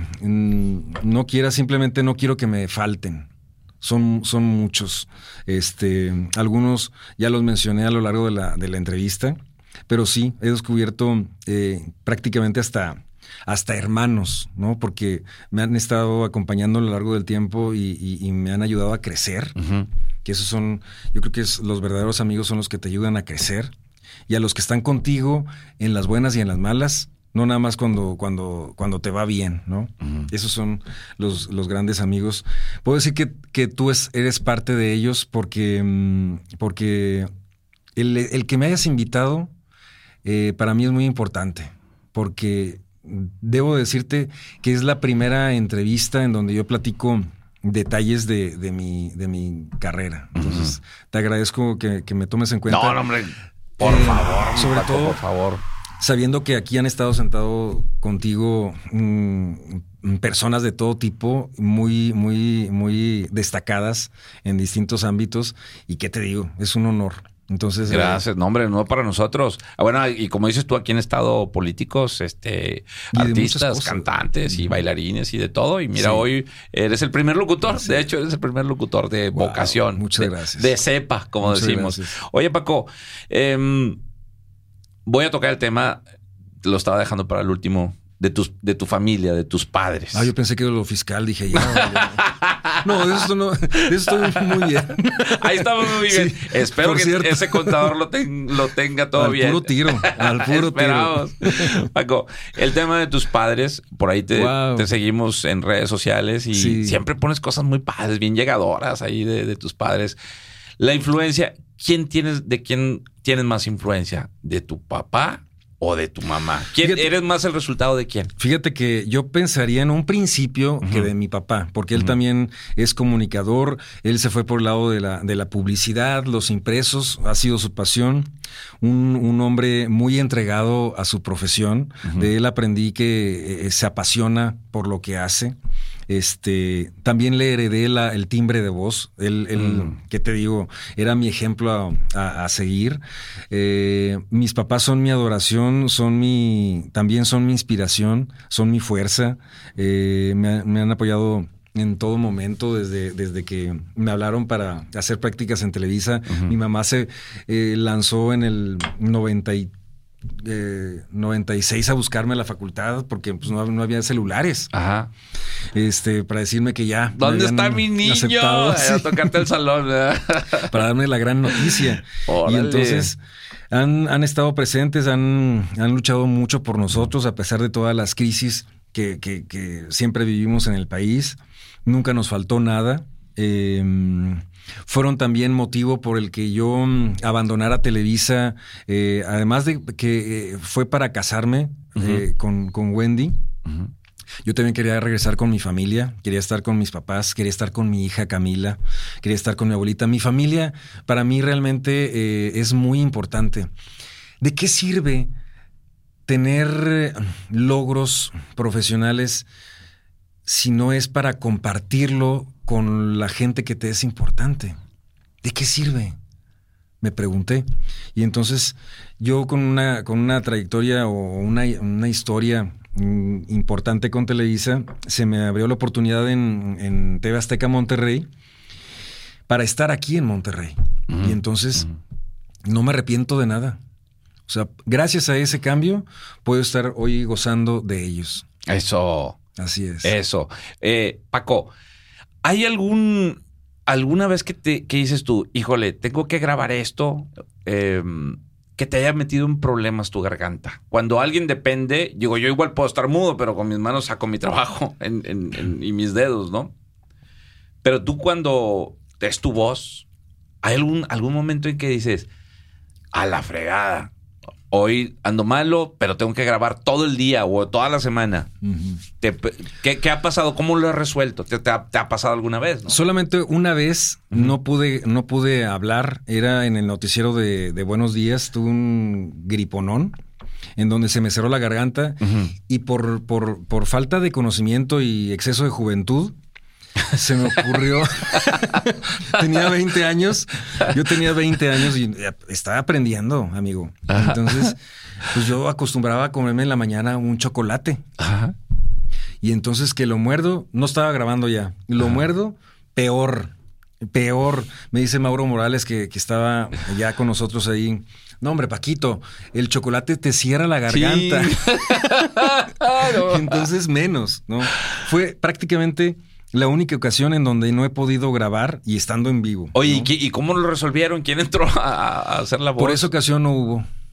[SPEAKER 3] no quiera, simplemente no quiero que me falten. Son, son muchos. Este, algunos ya los mencioné a lo largo de la, de la entrevista, pero sí, he descubierto eh, prácticamente hasta, hasta hermanos, ¿no? Porque me han estado acompañando a lo largo del tiempo y, y, y me han ayudado a crecer. Uh-huh. Que esos son, yo creo que es, los verdaderos amigos son los que te ayudan a crecer. Y a los que están contigo en las buenas y en las malas, No nada más cuando, cuando, cuando te va bien, ¿no? Uh-huh. Esos son los, los grandes amigos. Puedo decir que, que tú es, eres parte de ellos porque, porque el, el que me hayas invitado eh, para mí es muy importante. Porque debo decirte que es la primera entrevista en donde yo platico detalles de, de, mi, de mi carrera. Entonces, uh-huh. te agradezco que, que me tomes en cuenta.
[SPEAKER 2] No, no, hombre, por eh, favor.
[SPEAKER 3] Sobre
[SPEAKER 2] Paco,
[SPEAKER 3] todo,
[SPEAKER 2] por favor.
[SPEAKER 3] Sabiendo que aquí han estado sentado contigo mmm, personas de todo tipo, muy, muy, muy destacadas en distintos ámbitos. Y qué te digo, es un honor. Entonces,
[SPEAKER 2] gracias, eh, no, hombre, no para nosotros. Ah, bueno, y como dices tú, aquí han estado políticos, este, artistas, cantantes y bailarines y de todo. Y mira, sí. hoy eres el primer locutor. Sí. De hecho, eres el primer locutor de wow, vocación.
[SPEAKER 3] Muchas
[SPEAKER 2] de,
[SPEAKER 3] gracias.
[SPEAKER 2] De cepa, como
[SPEAKER 3] muchas
[SPEAKER 2] decimos.
[SPEAKER 3] Gracias.
[SPEAKER 2] Oye, Paco, eh, voy a tocar el tema, lo estaba dejando para el último, de tus, de tu familia, de tus padres.
[SPEAKER 3] Ah, yo pensé que era lo fiscal, dije ya. ya. No, de eso no, de eso estoy muy bien.
[SPEAKER 2] Ahí estamos muy bien. Sí, Espero que
[SPEAKER 3] cierto.
[SPEAKER 2] ese contador lo, ten, lo tenga todo
[SPEAKER 3] al
[SPEAKER 2] bien.
[SPEAKER 3] Al puro tiro, al puro
[SPEAKER 2] Esperamos.
[SPEAKER 3] tiro.
[SPEAKER 2] Paco, el tema de tus padres, por ahí te,
[SPEAKER 3] wow.
[SPEAKER 2] te seguimos en redes sociales y
[SPEAKER 3] sí.
[SPEAKER 2] siempre pones cosas muy padres, bien llegadoras ahí de, de tus padres. La influencia, ¿quién tienes, de quién tienes más influencia? ¿De tu papá o de tu mamá? ¿Quién, fíjate, ¿Eres más el resultado de quién?
[SPEAKER 3] Fíjate que yo pensaría en un principio uh-huh. que de mi papá, porque él uh-huh. también es comunicador, él se fue por el lado de la, de la publicidad, los impresos, ha sido su pasión, un, un hombre muy entregado a su profesión, uh-huh. de él aprendí que eh, se apasiona por lo que hace. Este, también le heredé la, el timbre de voz. Él, él mm. ¿qué te digo? Era mi ejemplo a, a, a seguir. Eh, mis papás son mi adoración, son mi, también son mi inspiración, son mi fuerza. Eh, me, me han apoyado en todo momento, desde, desde que me hablaron para hacer prácticas en Televisa. Uh-huh. Mi mamá se eh, lanzó en el noventa y Eh, noventa y seis a buscarme a la facultad porque pues, no, no había celulares.
[SPEAKER 2] Ajá.
[SPEAKER 3] Este, para decirme que ya.
[SPEAKER 2] ¿Dónde está mi niño?
[SPEAKER 3] Aceptado,
[SPEAKER 2] sí. A tocarte el salón, ¿verdad?
[SPEAKER 3] Para darme la gran noticia.
[SPEAKER 2] Órale.
[SPEAKER 3] Y entonces han, han estado presentes, han, han luchado mucho por nosotros a pesar de todas las crisis que, que, que siempre vivimos en el país. Nunca nos faltó nada. Eh, fueron también motivo por el que yo abandonara Televisa, eh, además de que eh, fue para casarme uh-huh. eh, con, con Wendy. Uh-huh. Yo también quería regresar con mi familia, quería estar con mis papás, quería estar con mi hija Camila, quería estar con mi abuelita. Mi familia para mí realmente eh, es muy importante. ¿De qué sirve tener logros profesionales si no es para compartirlo con la gente que te es importante? ¿De qué sirve? Me pregunté. Y entonces yo con una, con una trayectoria o una, una historia mm, importante con Televisa, se me abrió la oportunidad en, en T V Azteca Monterrey para estar aquí en Monterrey. Uh-huh. Y entonces uh-huh. no me arrepiento de nada. O sea, gracias a ese cambio puedo estar hoy gozando de ellos.
[SPEAKER 2] Eso.
[SPEAKER 3] Así es.
[SPEAKER 2] Eso. Eh, Paco, ¿hay algún alguna vez que te que dices tú, híjole, tengo que grabar esto, eh, que te haya metido en problemas tu garganta? Cuando alguien depende, digo, yo igual puedo estar mudo, pero con mis manos saco mi trabajo en, en, en, y mis dedos, ¿no? Pero tú cuando es tu voz, ¿hay algún, algún momento en que dices, a la fregada, hoy ando malo, pero tengo que grabar todo el día o toda la semana? Uh-huh. ¿Te, qué, ¿Qué ha pasado? ¿Cómo lo has resuelto? ¿Te, te, ha, te ha pasado alguna vez? ¿No?
[SPEAKER 3] Solamente una vez uh-huh. no pude no pude hablar. Era en el noticiero de, de Buenos Días. Tuve un griponón en donde se me cerró la garganta uh-huh. y por, por, por falta de conocimiento y exceso de juventud se me ocurrió. Tenía veinte años. Yo tenía veinte años y estaba aprendiendo, amigo. Ajá. Entonces, pues yo acostumbraba a comerme en la mañana un chocolate. Ajá. Y entonces que lo muerdo, no estaba grabando ya. Lo Ajá. muerdo, peor. Peor. Me dice Mauro Morales, que, que estaba ya con nosotros ahí. No, hombre, Paquito, el chocolate te cierra la garganta. Sí. No. Entonces, menos, ¿no? Fue prácticamente la única ocasión en donde no he podido grabar y estando en vivo.
[SPEAKER 2] Oye,
[SPEAKER 3] ¿no?
[SPEAKER 2] ¿y, ¿y cómo lo resolvieron? ¿Quién entró a, a hacer la voz?
[SPEAKER 3] Por esa ocasión no hubo.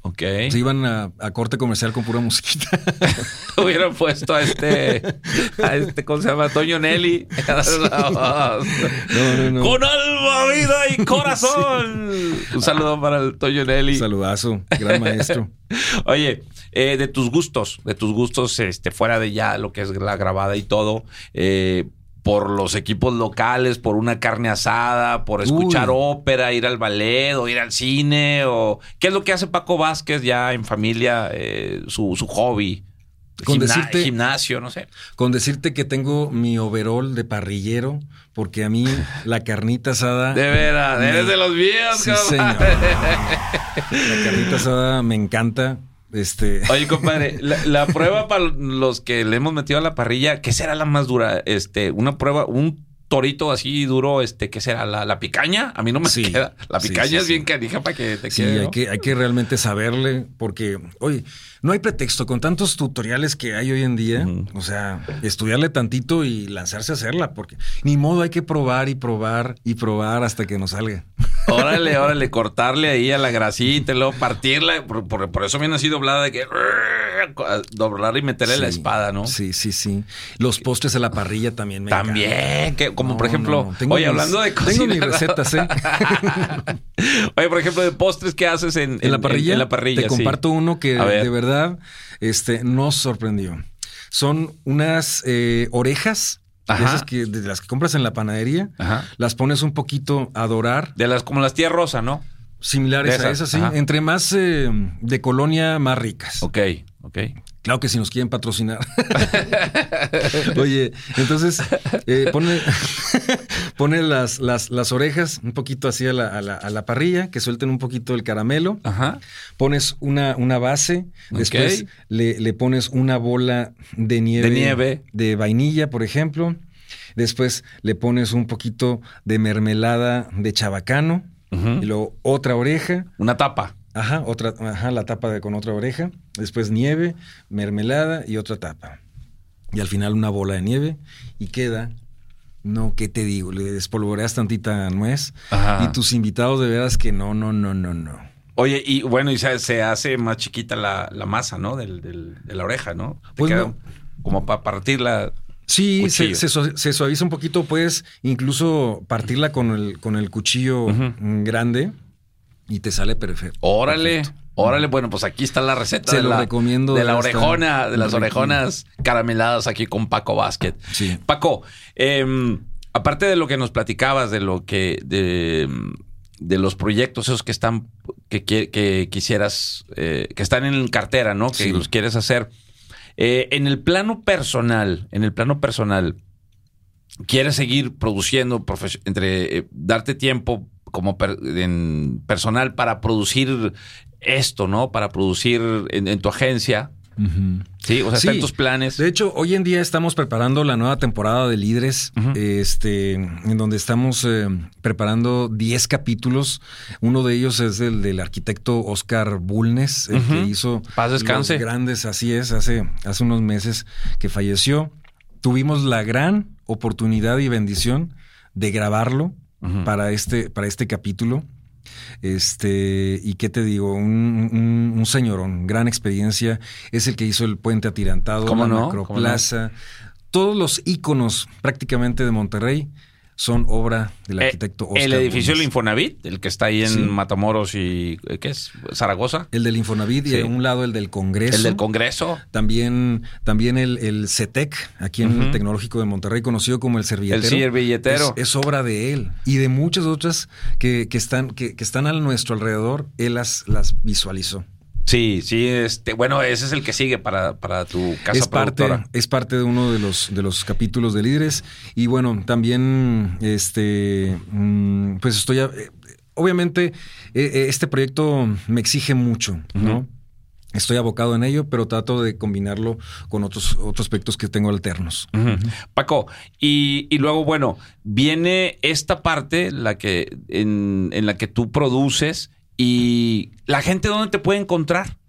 [SPEAKER 2] Ok.
[SPEAKER 3] Se iban a, a corte comercial con pura musiquita.
[SPEAKER 2] Hubieran puesto a este, a este, ¿cómo se llama? Toño Nelly.
[SPEAKER 3] No, no, no.
[SPEAKER 2] Con alma, vida y corazón. Un saludo para el Toño Nelly.
[SPEAKER 3] Saludazo, gran maestro.
[SPEAKER 2] Oye, eh, de tus gustos, de tus gustos, este, fuera de ya lo que es la grabada y todo, eh, por los equipos locales, por una carne asada, por escuchar
[SPEAKER 3] Uy.
[SPEAKER 2] ópera, ir al ballet o ir al cine, o ¿qué es lo que hace Paco Vázquez ya en familia, eh, su, su hobby?
[SPEAKER 3] Con
[SPEAKER 2] Gimna-
[SPEAKER 3] decirte-
[SPEAKER 2] gimnasio, no sé.
[SPEAKER 3] Con decirte que tengo mi overall de parrillero, porque a mí la carnita asada...
[SPEAKER 2] De veras,
[SPEAKER 3] me-
[SPEAKER 2] eres de los míos,
[SPEAKER 3] Sí,
[SPEAKER 2] cabrón.
[SPEAKER 3] señor. La carnita asada me encanta. Este...
[SPEAKER 2] Oye, compadre, la, la prueba para los que le hemos metido a la parrilla, ¿qué será la más dura? Este, una prueba, un torito así duro, este, ¿qué será? ¿La, la picaña? A mí no me
[SPEAKER 3] Sí.
[SPEAKER 2] queda. La
[SPEAKER 3] Sí,
[SPEAKER 2] picaña
[SPEAKER 3] sí,
[SPEAKER 2] es
[SPEAKER 3] sí.
[SPEAKER 2] bien canija para que te
[SPEAKER 3] Sí,
[SPEAKER 2] quede,
[SPEAKER 3] hay
[SPEAKER 2] ¿no?
[SPEAKER 3] que, hay que realmente saberle, porque, oye, no hay pretexto con tantos tutoriales que hay hoy en día.
[SPEAKER 2] Ujú.
[SPEAKER 3] O sea, estudiarle tantito y lanzarse a hacerla, porque ni modo, hay que probar y probar y probar hasta que nos salga.
[SPEAKER 2] Órale, órale, cortarle ahí a la grasita y luego partirla. Por, por, por eso viene así doblada de que doblar y meterle
[SPEAKER 3] Sí,
[SPEAKER 2] la espada, ¿no?
[SPEAKER 3] Sí, sí, sí. Los postres a la parrilla también me
[SPEAKER 2] También,
[SPEAKER 3] encantan.
[SPEAKER 2] que como
[SPEAKER 3] No,
[SPEAKER 2] por ejemplo,
[SPEAKER 3] no, no. Tengo
[SPEAKER 2] oye,
[SPEAKER 3] mis-
[SPEAKER 2] hablando de cocina.
[SPEAKER 3] Tengo mis recetas, ¿eh?
[SPEAKER 2] Oye, por ejemplo, de postres, ¿qué haces en,
[SPEAKER 3] En la parrilla,
[SPEAKER 2] En, la parrilla,
[SPEAKER 3] te
[SPEAKER 2] sí.
[SPEAKER 3] comparto uno que
[SPEAKER 2] A ver.
[SPEAKER 3] de verdad este, nos sorprendió. Son unas eh, orejas, de
[SPEAKER 2] Ajá.
[SPEAKER 3] esas que, de las que compras en la panadería.
[SPEAKER 2] Ajá.
[SPEAKER 3] Las pones un poquito a dorar,
[SPEAKER 2] De las, como las tías Rosa, ¿no?
[SPEAKER 3] similares
[SPEAKER 2] De esas,
[SPEAKER 3] a esas, sí.
[SPEAKER 2] ajá.
[SPEAKER 3] Entre más eh, de colonia, más ricas.
[SPEAKER 2] Ok, ok.
[SPEAKER 3] Claro que si nos quieren patrocinar. Oye, entonces eh, pone, pone las, las, las orejas un poquito así a la, a, la, a la parrilla, que suelten un poquito el caramelo.
[SPEAKER 2] Ajá.
[SPEAKER 3] Pones una, una base,
[SPEAKER 2] Ok.
[SPEAKER 3] después le, le pones una bola de nieve,
[SPEAKER 2] De nieve.
[SPEAKER 3] de vainilla, por ejemplo. Después le pones un poquito de mermelada de chabacano.
[SPEAKER 2] Ujú.
[SPEAKER 3] Y luego otra oreja.
[SPEAKER 2] Una tapa.
[SPEAKER 3] Ajá, otra, ajá, la tapa de, con otra oreja. Después nieve, mermelada y otra tapa. Y al final una bola de nieve. Y queda, no, ¿qué te digo? Le despolvoreas tantita nuez.
[SPEAKER 2] Ajá.
[SPEAKER 3] Y tus invitados de veras que no, no, no, no, no.
[SPEAKER 2] Oye, y bueno, y se, se hace más chiquita la, la masa, ¿no? Del, del- de la oreja, ¿no? Te
[SPEAKER 3] Pues
[SPEAKER 2] queda
[SPEAKER 3] no.
[SPEAKER 2] como para partirla.
[SPEAKER 3] Sí, se,
[SPEAKER 2] Cuchillo.
[SPEAKER 3] se su- se suaviza un poquito, puedes incluso partirla con el, con el cuchillo
[SPEAKER 2] Ujú.
[SPEAKER 3] mm, grande y te sale perfecto.
[SPEAKER 2] Órale,
[SPEAKER 3] Perfecto.
[SPEAKER 2] órale. Bueno, pues aquí está la receta
[SPEAKER 3] Se
[SPEAKER 2] de
[SPEAKER 3] lo
[SPEAKER 2] la,
[SPEAKER 3] recomiendo,
[SPEAKER 2] de la
[SPEAKER 3] está
[SPEAKER 2] orejona, de las
[SPEAKER 3] riquísimo.
[SPEAKER 2] orejonas carameladas aquí con Paco Vázquez.
[SPEAKER 3] Sí.
[SPEAKER 2] Paco, eh, aparte de lo que nos platicabas, de lo que, de, de los proyectos esos que están, que, que, que quisieras, eh, que están en cartera, ¿no? Que
[SPEAKER 3] Sí.
[SPEAKER 2] los quieres hacer. Eh, en el plano personal, en el plano personal, ¿quieres seguir produciendo, profes- entre eh, darte tiempo como per- en personal para producir esto, ¿no? Para producir en, en tu agencia,
[SPEAKER 3] Ujú.
[SPEAKER 2] ¿sí? O sea, está
[SPEAKER 3] Sí.
[SPEAKER 2] en tus planes.
[SPEAKER 3] De hecho, hoy en día estamos preparando la nueva temporada de Líderes,
[SPEAKER 2] Ujú.
[SPEAKER 3] este, en donde estamos eh, preparando diez capítulos. Uno de ellos es el del arquitecto Oscar Bulnes, el
[SPEAKER 2] Ujú.
[SPEAKER 3] que hizo
[SPEAKER 2] Paz descanse.
[SPEAKER 3] los grandes, así es, hace, hace unos meses que falleció. Tuvimos la gran oportunidad y bendición de grabarlo
[SPEAKER 2] Ujú.
[SPEAKER 3] para este, para este capítulo. Este, y qué te digo, un, un, un señorón, gran experiencia. Es el que hizo el puente atirantado,
[SPEAKER 2] ¿Cómo
[SPEAKER 3] la
[SPEAKER 2] no?
[SPEAKER 3] macroplaza. Todos los íconos prácticamente de Monterrey son obra del
[SPEAKER 2] Eh,
[SPEAKER 3] arquitecto Oscar
[SPEAKER 2] el edificio del
[SPEAKER 3] Bulnes.
[SPEAKER 2] Infonavit, el que está ahí en
[SPEAKER 3] Sí.
[SPEAKER 2] Matamoros y eh, ¿qué es? Zaragoza.
[SPEAKER 3] El del Infonavit
[SPEAKER 2] Sí.
[SPEAKER 3] y a un lado el del Congreso.
[SPEAKER 2] El del Congreso.
[SPEAKER 3] También, también el, el CETEC, aquí en
[SPEAKER 2] Ujú.
[SPEAKER 3] el Tecnológico de Monterrey, conocido como el Servilletero.
[SPEAKER 2] El servilletero.
[SPEAKER 3] Es, es obra de él. Y de muchas otras que, que están, que, que están a nuestro alrededor, él las, las visualizó.
[SPEAKER 2] Sí, sí, este, bueno, ese es el que sigue para, para tu casa
[SPEAKER 3] Es parte,
[SPEAKER 2] productora.
[SPEAKER 3] es parte de uno de los, de los capítulos de Líderes. Y bueno, también este mm, pues estoy a- eh, obviamente eh, eh, este proyecto me exige mucho, ¿no?
[SPEAKER 2] Ujú.
[SPEAKER 3] Estoy abocado en ello, pero trato de combinarlo con otros, otros aspectos que tengo alternos.
[SPEAKER 2] Ujú. Paco, y, y luego, bueno, viene esta parte, la que, en, en la que tú produces, y la gente, ¿dónde te puede encontrar?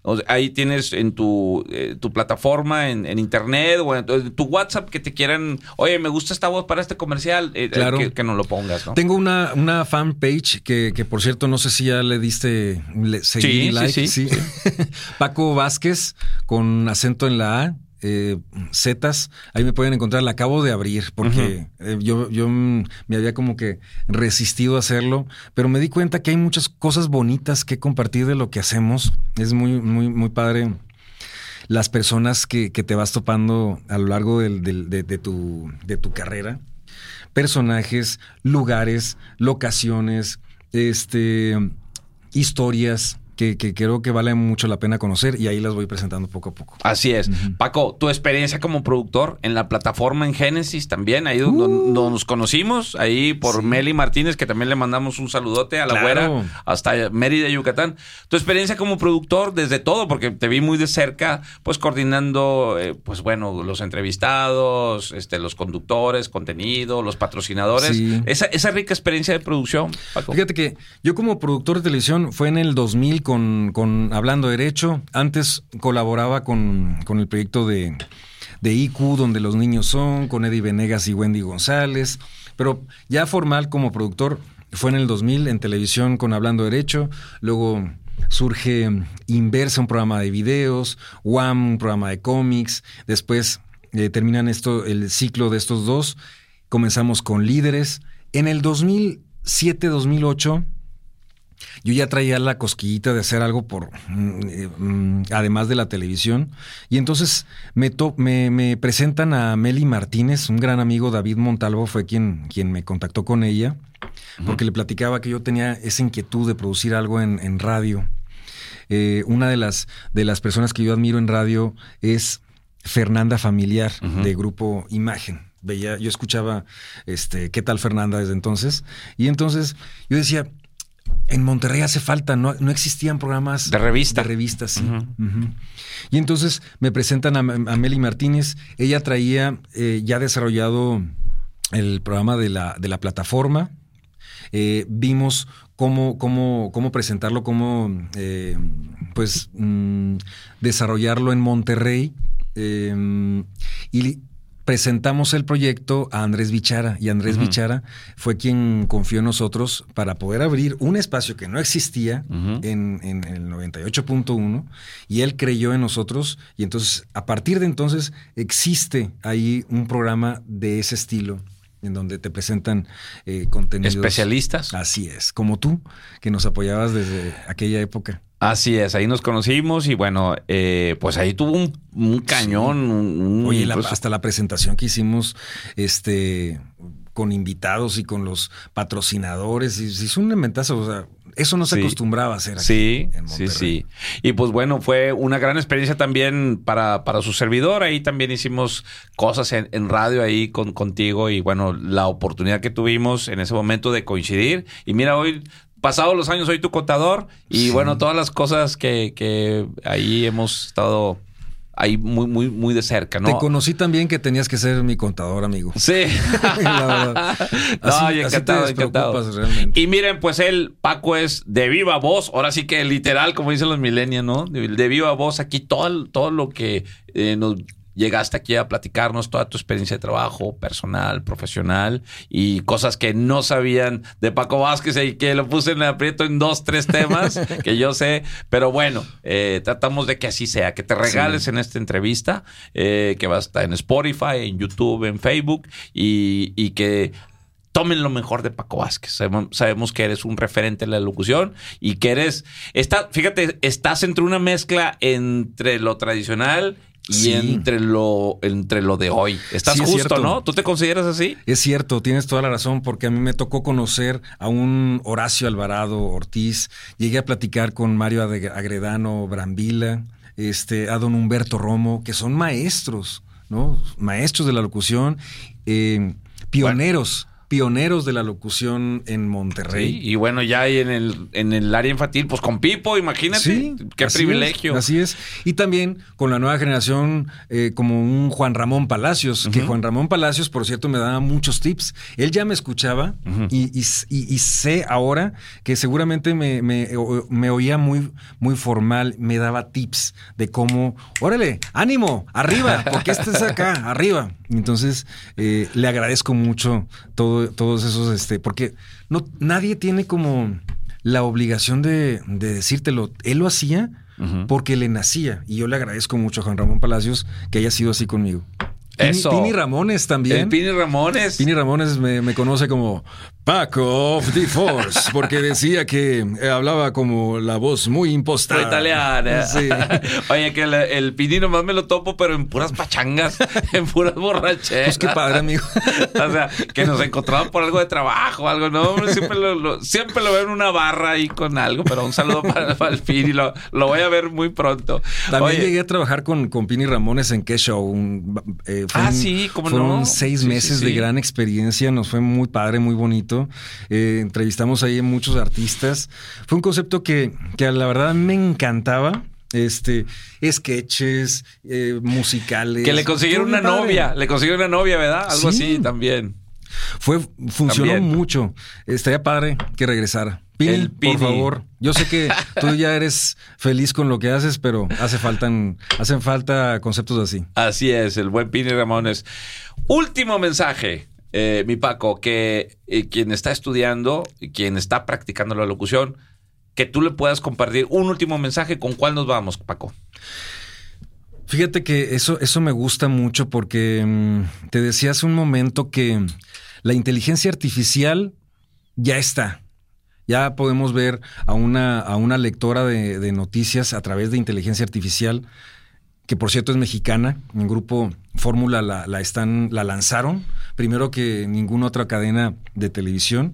[SPEAKER 2] O sea, ahí tienes en tu, eh, tu plataforma, en, en internet o en tu, en tu WhatsApp que te quieran, oye, me gusta esta voz para este comercial, eh,
[SPEAKER 3] claro.
[SPEAKER 2] que, que nos lo pongas, ¿no?
[SPEAKER 3] Tengo una, una fanpage que, que, por cierto, no sé si ya le diste le, seguir,
[SPEAKER 2] sí,
[SPEAKER 3] like.
[SPEAKER 2] Sí, sí, sí.
[SPEAKER 3] Paco Vázquez, con acento en la A. Eh, Zetas, ahí me pueden encontrar, la acabo de abrir porque uh-huh. eh, yo, yo mm, me había como que resistido a hacerlo, pero me di cuenta que hay muchas cosas bonitas que compartir de lo que hacemos. Es muy, muy, muy padre las personas que, que te vas topando a lo largo del, del, de, de, tu, de tu carrera, personajes, lugares, locaciones, este, historias. Que, que creo que vale mucho la pena conocer y ahí las voy presentando poco a poco.
[SPEAKER 2] Así es. Uh-huh. Paco, tu experiencia como productor en la plataforma en Génesis también, ahí donde uh. nos conocimos, ahí por sí. Meli Martínez, que también le mandamos un saludote a la
[SPEAKER 3] claro.
[SPEAKER 2] güera, hasta Mérida, Yucatán. Tu experiencia como productor desde todo, porque te vi muy de cerca, pues coordinando, eh, pues bueno, los entrevistados, este, los conductores, contenido, los patrocinadores. Sí. Esa, esa rica experiencia de producción, Paco.
[SPEAKER 3] Fíjate que yo como productor de televisión fue en el dos mil Con, con Hablando Derecho. Antes colaboraba con, con el proyecto de, de I Q, donde los niños son, con Eddie Venegas y Wendy González. Pero ya formal como productor fue en el dos mil en televisión con Hablando Derecho. Luego surge Inversa, un programa de videos, W A M, un programa de cómics. Después eh, terminan esto, el ciclo de estos dos. Comenzamos con Líderes. En el dos mil siete, dos mil ocho... yo ya traía la cosquillita de hacer algo por eh, además de la televisión. Y entonces me, to, me, me presentan a Meli Martínez, un gran amigo, David Montalvo, fue quien, quien me contactó con ella, porque uh-huh. le platicaba que yo tenía esa inquietud de producir algo en, en radio. Eh, una de las, de las personas que yo admiro en radio es Fernanda Familiar, uh-huh. de Grupo Imagen. Veía, yo escuchaba este, ¿qué tal Fernanda? Desde entonces. Y entonces yo decía, en Monterrey hace falta, no, no existían programas
[SPEAKER 2] de revista.
[SPEAKER 3] De revistas, sí. Uh-huh. Uh-huh. Y entonces me presentan a, a Meli Martínez. Ella traía eh, ya desarrollado el programa de la, de la plataforma. Eh, vimos cómo, cómo, cómo presentarlo, cómo eh, pues mmm, desarrollarlo en Monterrey. Eh, y presentamos el proyecto a Andrés Bichara y Andrés uh-huh. Bichara fue quien confió en nosotros para poder abrir un espacio que no existía uh-huh. en, en, en el noventa y ocho punto uno y él creyó en nosotros y entonces a partir de entonces existe ahí un programa de ese estilo en donde te presentan eh, contenidos.
[SPEAKER 2] ¿Especialistas?
[SPEAKER 3] Así es, como tú, que nos apoyabas desde aquella época.
[SPEAKER 2] Así es, ahí nos conocimos y bueno, eh, pues ahí tuvo un, un cañón.
[SPEAKER 3] Sí.
[SPEAKER 2] Un, un,
[SPEAKER 3] Oye, la,
[SPEAKER 2] pues,
[SPEAKER 3] hasta la presentación que hicimos este, con invitados y con los patrocinadores, y, y es un inventazo, o sea, eso no se sí. acostumbraba a hacer aquí
[SPEAKER 2] sí,
[SPEAKER 3] en Monterrey.
[SPEAKER 2] Sí, sí. Y pues bueno, fue una gran experiencia también para, para su servidor. Ahí también hicimos cosas en, en radio ahí con, contigo y bueno, la oportunidad que tuvimos en ese momento de coincidir. Y mira, hoy... pasados los años, soy tu contador y sí. bueno, todas las cosas que, que ahí hemos estado ahí muy, muy, muy de cerca, ¿no?
[SPEAKER 3] Te conocí también que tenías que ser mi contador, amigo.
[SPEAKER 2] Sí. La verdad. Así, no, y encantado, así te encantado. Realmente. Y miren, pues él, Paco, es de viva voz, ahora sí que literal, como dicen los millennials, ¿no? De, de viva voz, aquí todo, todo lo que eh, nos... llegaste aquí a platicarnos toda tu experiencia de trabajo personal, profesional y cosas que no sabían de Paco Vázquez y que lo puse en aprieto en dos, tres temas que yo sé. Pero bueno, eh, tratamos de que así sea, que te regales sí. en esta entrevista, eh, que va a estar en Spotify, en YouTube, en Facebook y, y que... tomen lo mejor de Paco Vázquez. Sabemos, sabemos que eres un referente en la locución y que eres... Está, fíjate, estás entre una mezcla entre lo tradicional y sí. entre lo entre lo de hoy. Estás sí, justo, cierto. ¿No? ¿Tú te consideras así?
[SPEAKER 3] Es cierto, tienes toda la razón, porque a mí me tocó conocer a un Horacio Alvarado Ortiz. Llegué a platicar con Mario Agredano Brambila, este, a don Humberto Romo, que son maestros, ¿no? Maestros de la locución, eh, pioneros. Bueno. pioneros de la locución en Monterrey.
[SPEAKER 2] Sí, y bueno, ya hay en el, en el área infantil, pues con Pipo, imagínate. Sí, qué
[SPEAKER 3] así
[SPEAKER 2] privilegio.
[SPEAKER 3] Es, así es. Y también con la nueva generación, eh, como un Juan Ramón Palacios, uh-huh. que Juan Ramón Palacios, por cierto, me daba muchos tips. Él ya me escuchaba uh-huh. y, y, y, y sé ahora que seguramente me, me, me oía muy, muy formal, me daba tips de cómo, órale, ánimo, arriba, porque estés acá, arriba. Entonces, eh, le agradezco mucho todo, todos esos, este, porque no, nadie tiene como la obligación de, de decírtelo. Él lo hacía uh-huh. porque le nacía. Y yo le agradezco mucho a Juan Ramón Palacios que haya sido así conmigo.
[SPEAKER 2] Eso.
[SPEAKER 3] Pini, Pini Ramones también.
[SPEAKER 2] El Pini Ramones.
[SPEAKER 3] Pini Ramones me, me conoce como Paco of the Force, porque decía que hablaba como la voz muy impostada.
[SPEAKER 2] Muy italiana.
[SPEAKER 3] Sí.
[SPEAKER 2] Oye, que el, el Pini nomás me lo topo, pero en puras pachangas, en puras borracheras.
[SPEAKER 3] Pues qué padre, amigo.
[SPEAKER 2] O sea, que nos encontramos por algo de trabajo, algo, ¿no? Hombre, siempre lo, lo, siempre lo veo en una barra ahí con algo, pero un saludo para, para el Pini, lo, lo voy a ver muy pronto.
[SPEAKER 3] También
[SPEAKER 2] Oye,
[SPEAKER 3] llegué a trabajar con, con Pini Ramones en Qué Show. Un, eh,
[SPEAKER 2] ah,
[SPEAKER 3] un,
[SPEAKER 2] sí, cómo
[SPEAKER 3] fueron
[SPEAKER 2] no.
[SPEAKER 3] Fueron seis
[SPEAKER 2] sí,
[SPEAKER 3] meses
[SPEAKER 2] sí, sí.
[SPEAKER 3] de gran experiencia. Nos fue muy padre, muy bonito. Eh, entrevistamos ahí a muchos artistas. Fue un concepto que, que la verdad me encantaba. Este, sketches, eh, musicales.
[SPEAKER 2] Que le consiguieron una padre. novia. Le consiguieron una novia, ¿verdad? Algo sí. así también.
[SPEAKER 3] Fue, funcionó también. mucho. Estaría padre que regresara. Pini, El Pini, por favor. Yo sé que tú ya eres feliz con lo que haces, pero hace faltan, hacen falta conceptos así.
[SPEAKER 2] Así es, el buen Pini Ramones. Último mensaje, eh, mi Paco, que eh, quien está estudiando, quien está practicando la locución, que tú le puedas compartir un último mensaje. ¿Con cuál nos vamos, Paco?
[SPEAKER 3] Fíjate que eso, eso me gusta mucho porque mmm, te decía hace un momento que la inteligencia artificial ya está. Ya podemos ver a una, a una lectora de, de noticias a través de inteligencia artificial, que por cierto es mexicana. En Grupo Fórmula la, la, están, la lanzaron primero que ninguna otra cadena de televisión.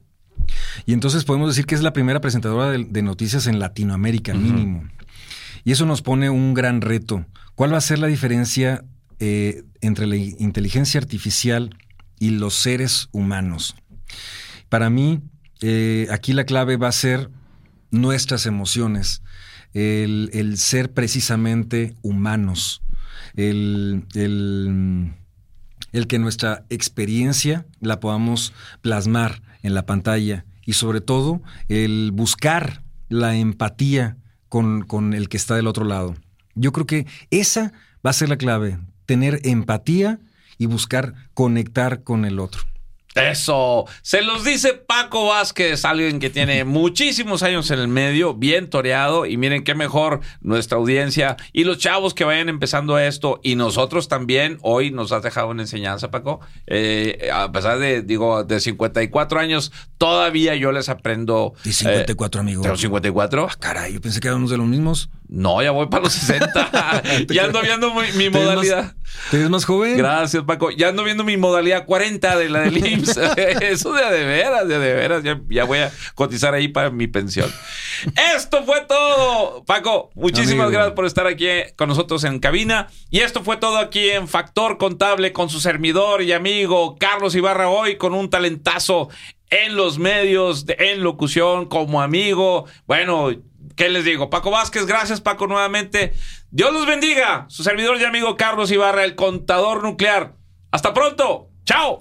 [SPEAKER 3] Y entonces podemos decir que es la primera presentadora de, de noticias en Latinoamérica, uh-huh. mínimo. Y eso nos pone un gran reto. ¿Cuál va a ser la diferencia eh, entre la inteligencia artificial y los seres humanos? Para mí, eh, aquí la clave va a ser nuestras emociones, el, el ser precisamente humanos, el, el, el que nuestra experiencia la podamos plasmar en la pantalla y sobre todo el buscar la empatía con, con el que está del otro lado. Yo creo que esa va a ser la clave, tener empatía y buscar conectar con el otro.
[SPEAKER 2] Eso, se los dice Paco Vázquez, alguien que tiene muchísimos años en el medio, bien toreado, y miren qué mejor nuestra audiencia y los chavos que vayan empezando esto, y nosotros también. Hoy nos has dejado una enseñanza, Paco, eh, a pesar de, digo, de cincuenta y cuatro años, todavía yo les aprendo.
[SPEAKER 3] ¿Y cincuenta y cuatro, eh, amigo?
[SPEAKER 2] ¿Tengo cincuenta y cuatro?
[SPEAKER 3] Ah, caray, yo pensé que éramos de los mismos.
[SPEAKER 2] No, ya voy para los sesenta. Ya ando viendo mi, mi
[SPEAKER 3] ¿Te
[SPEAKER 2] modalidad.
[SPEAKER 3] Más, ¿Te ves más joven?
[SPEAKER 2] Gracias, Paco. Ya ando viendo mi modalidad cuarenta de la del I M S S. Eso de a de veras, de a de veras. Ya, ya voy a cotizar ahí para mi pensión. Esto fue todo, Paco. Muchísimas Amigo. gracias por estar aquí con nosotros en cabina. Y esto fue todo aquí en Factor Contable con su servidor y amigo Carlos Ibarra, hoy con un talentazo en los medios, de, en locución, como amigo. Bueno, ¿qué les digo? Paco Vázquez, gracias, Paco, nuevamente. Dios los bendiga. Su servidor y amigo Carlos Ibarra, el contador nuclear. Hasta pronto. ¡Chao!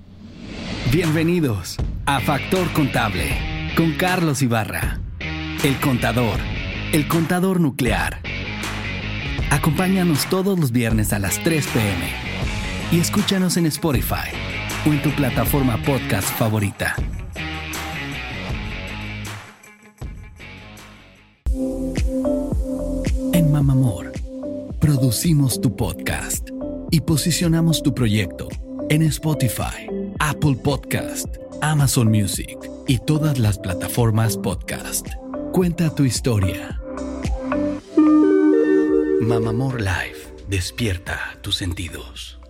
[SPEAKER 1] Bienvenidos a Factor Contable con Carlos Ibarra, el contador, el contador nuclear. Acompáñanos todos los viernes a las tres p.m. y escúchanos en Spotify o en tu plataforma podcast favorita. En Mamamor, producimos tu podcast y posicionamos tu proyecto en Spotify, Apple Podcast, Amazon Music y todas las plataformas podcast. Cuenta tu historia. Mamamor Live, despierta tus sentidos.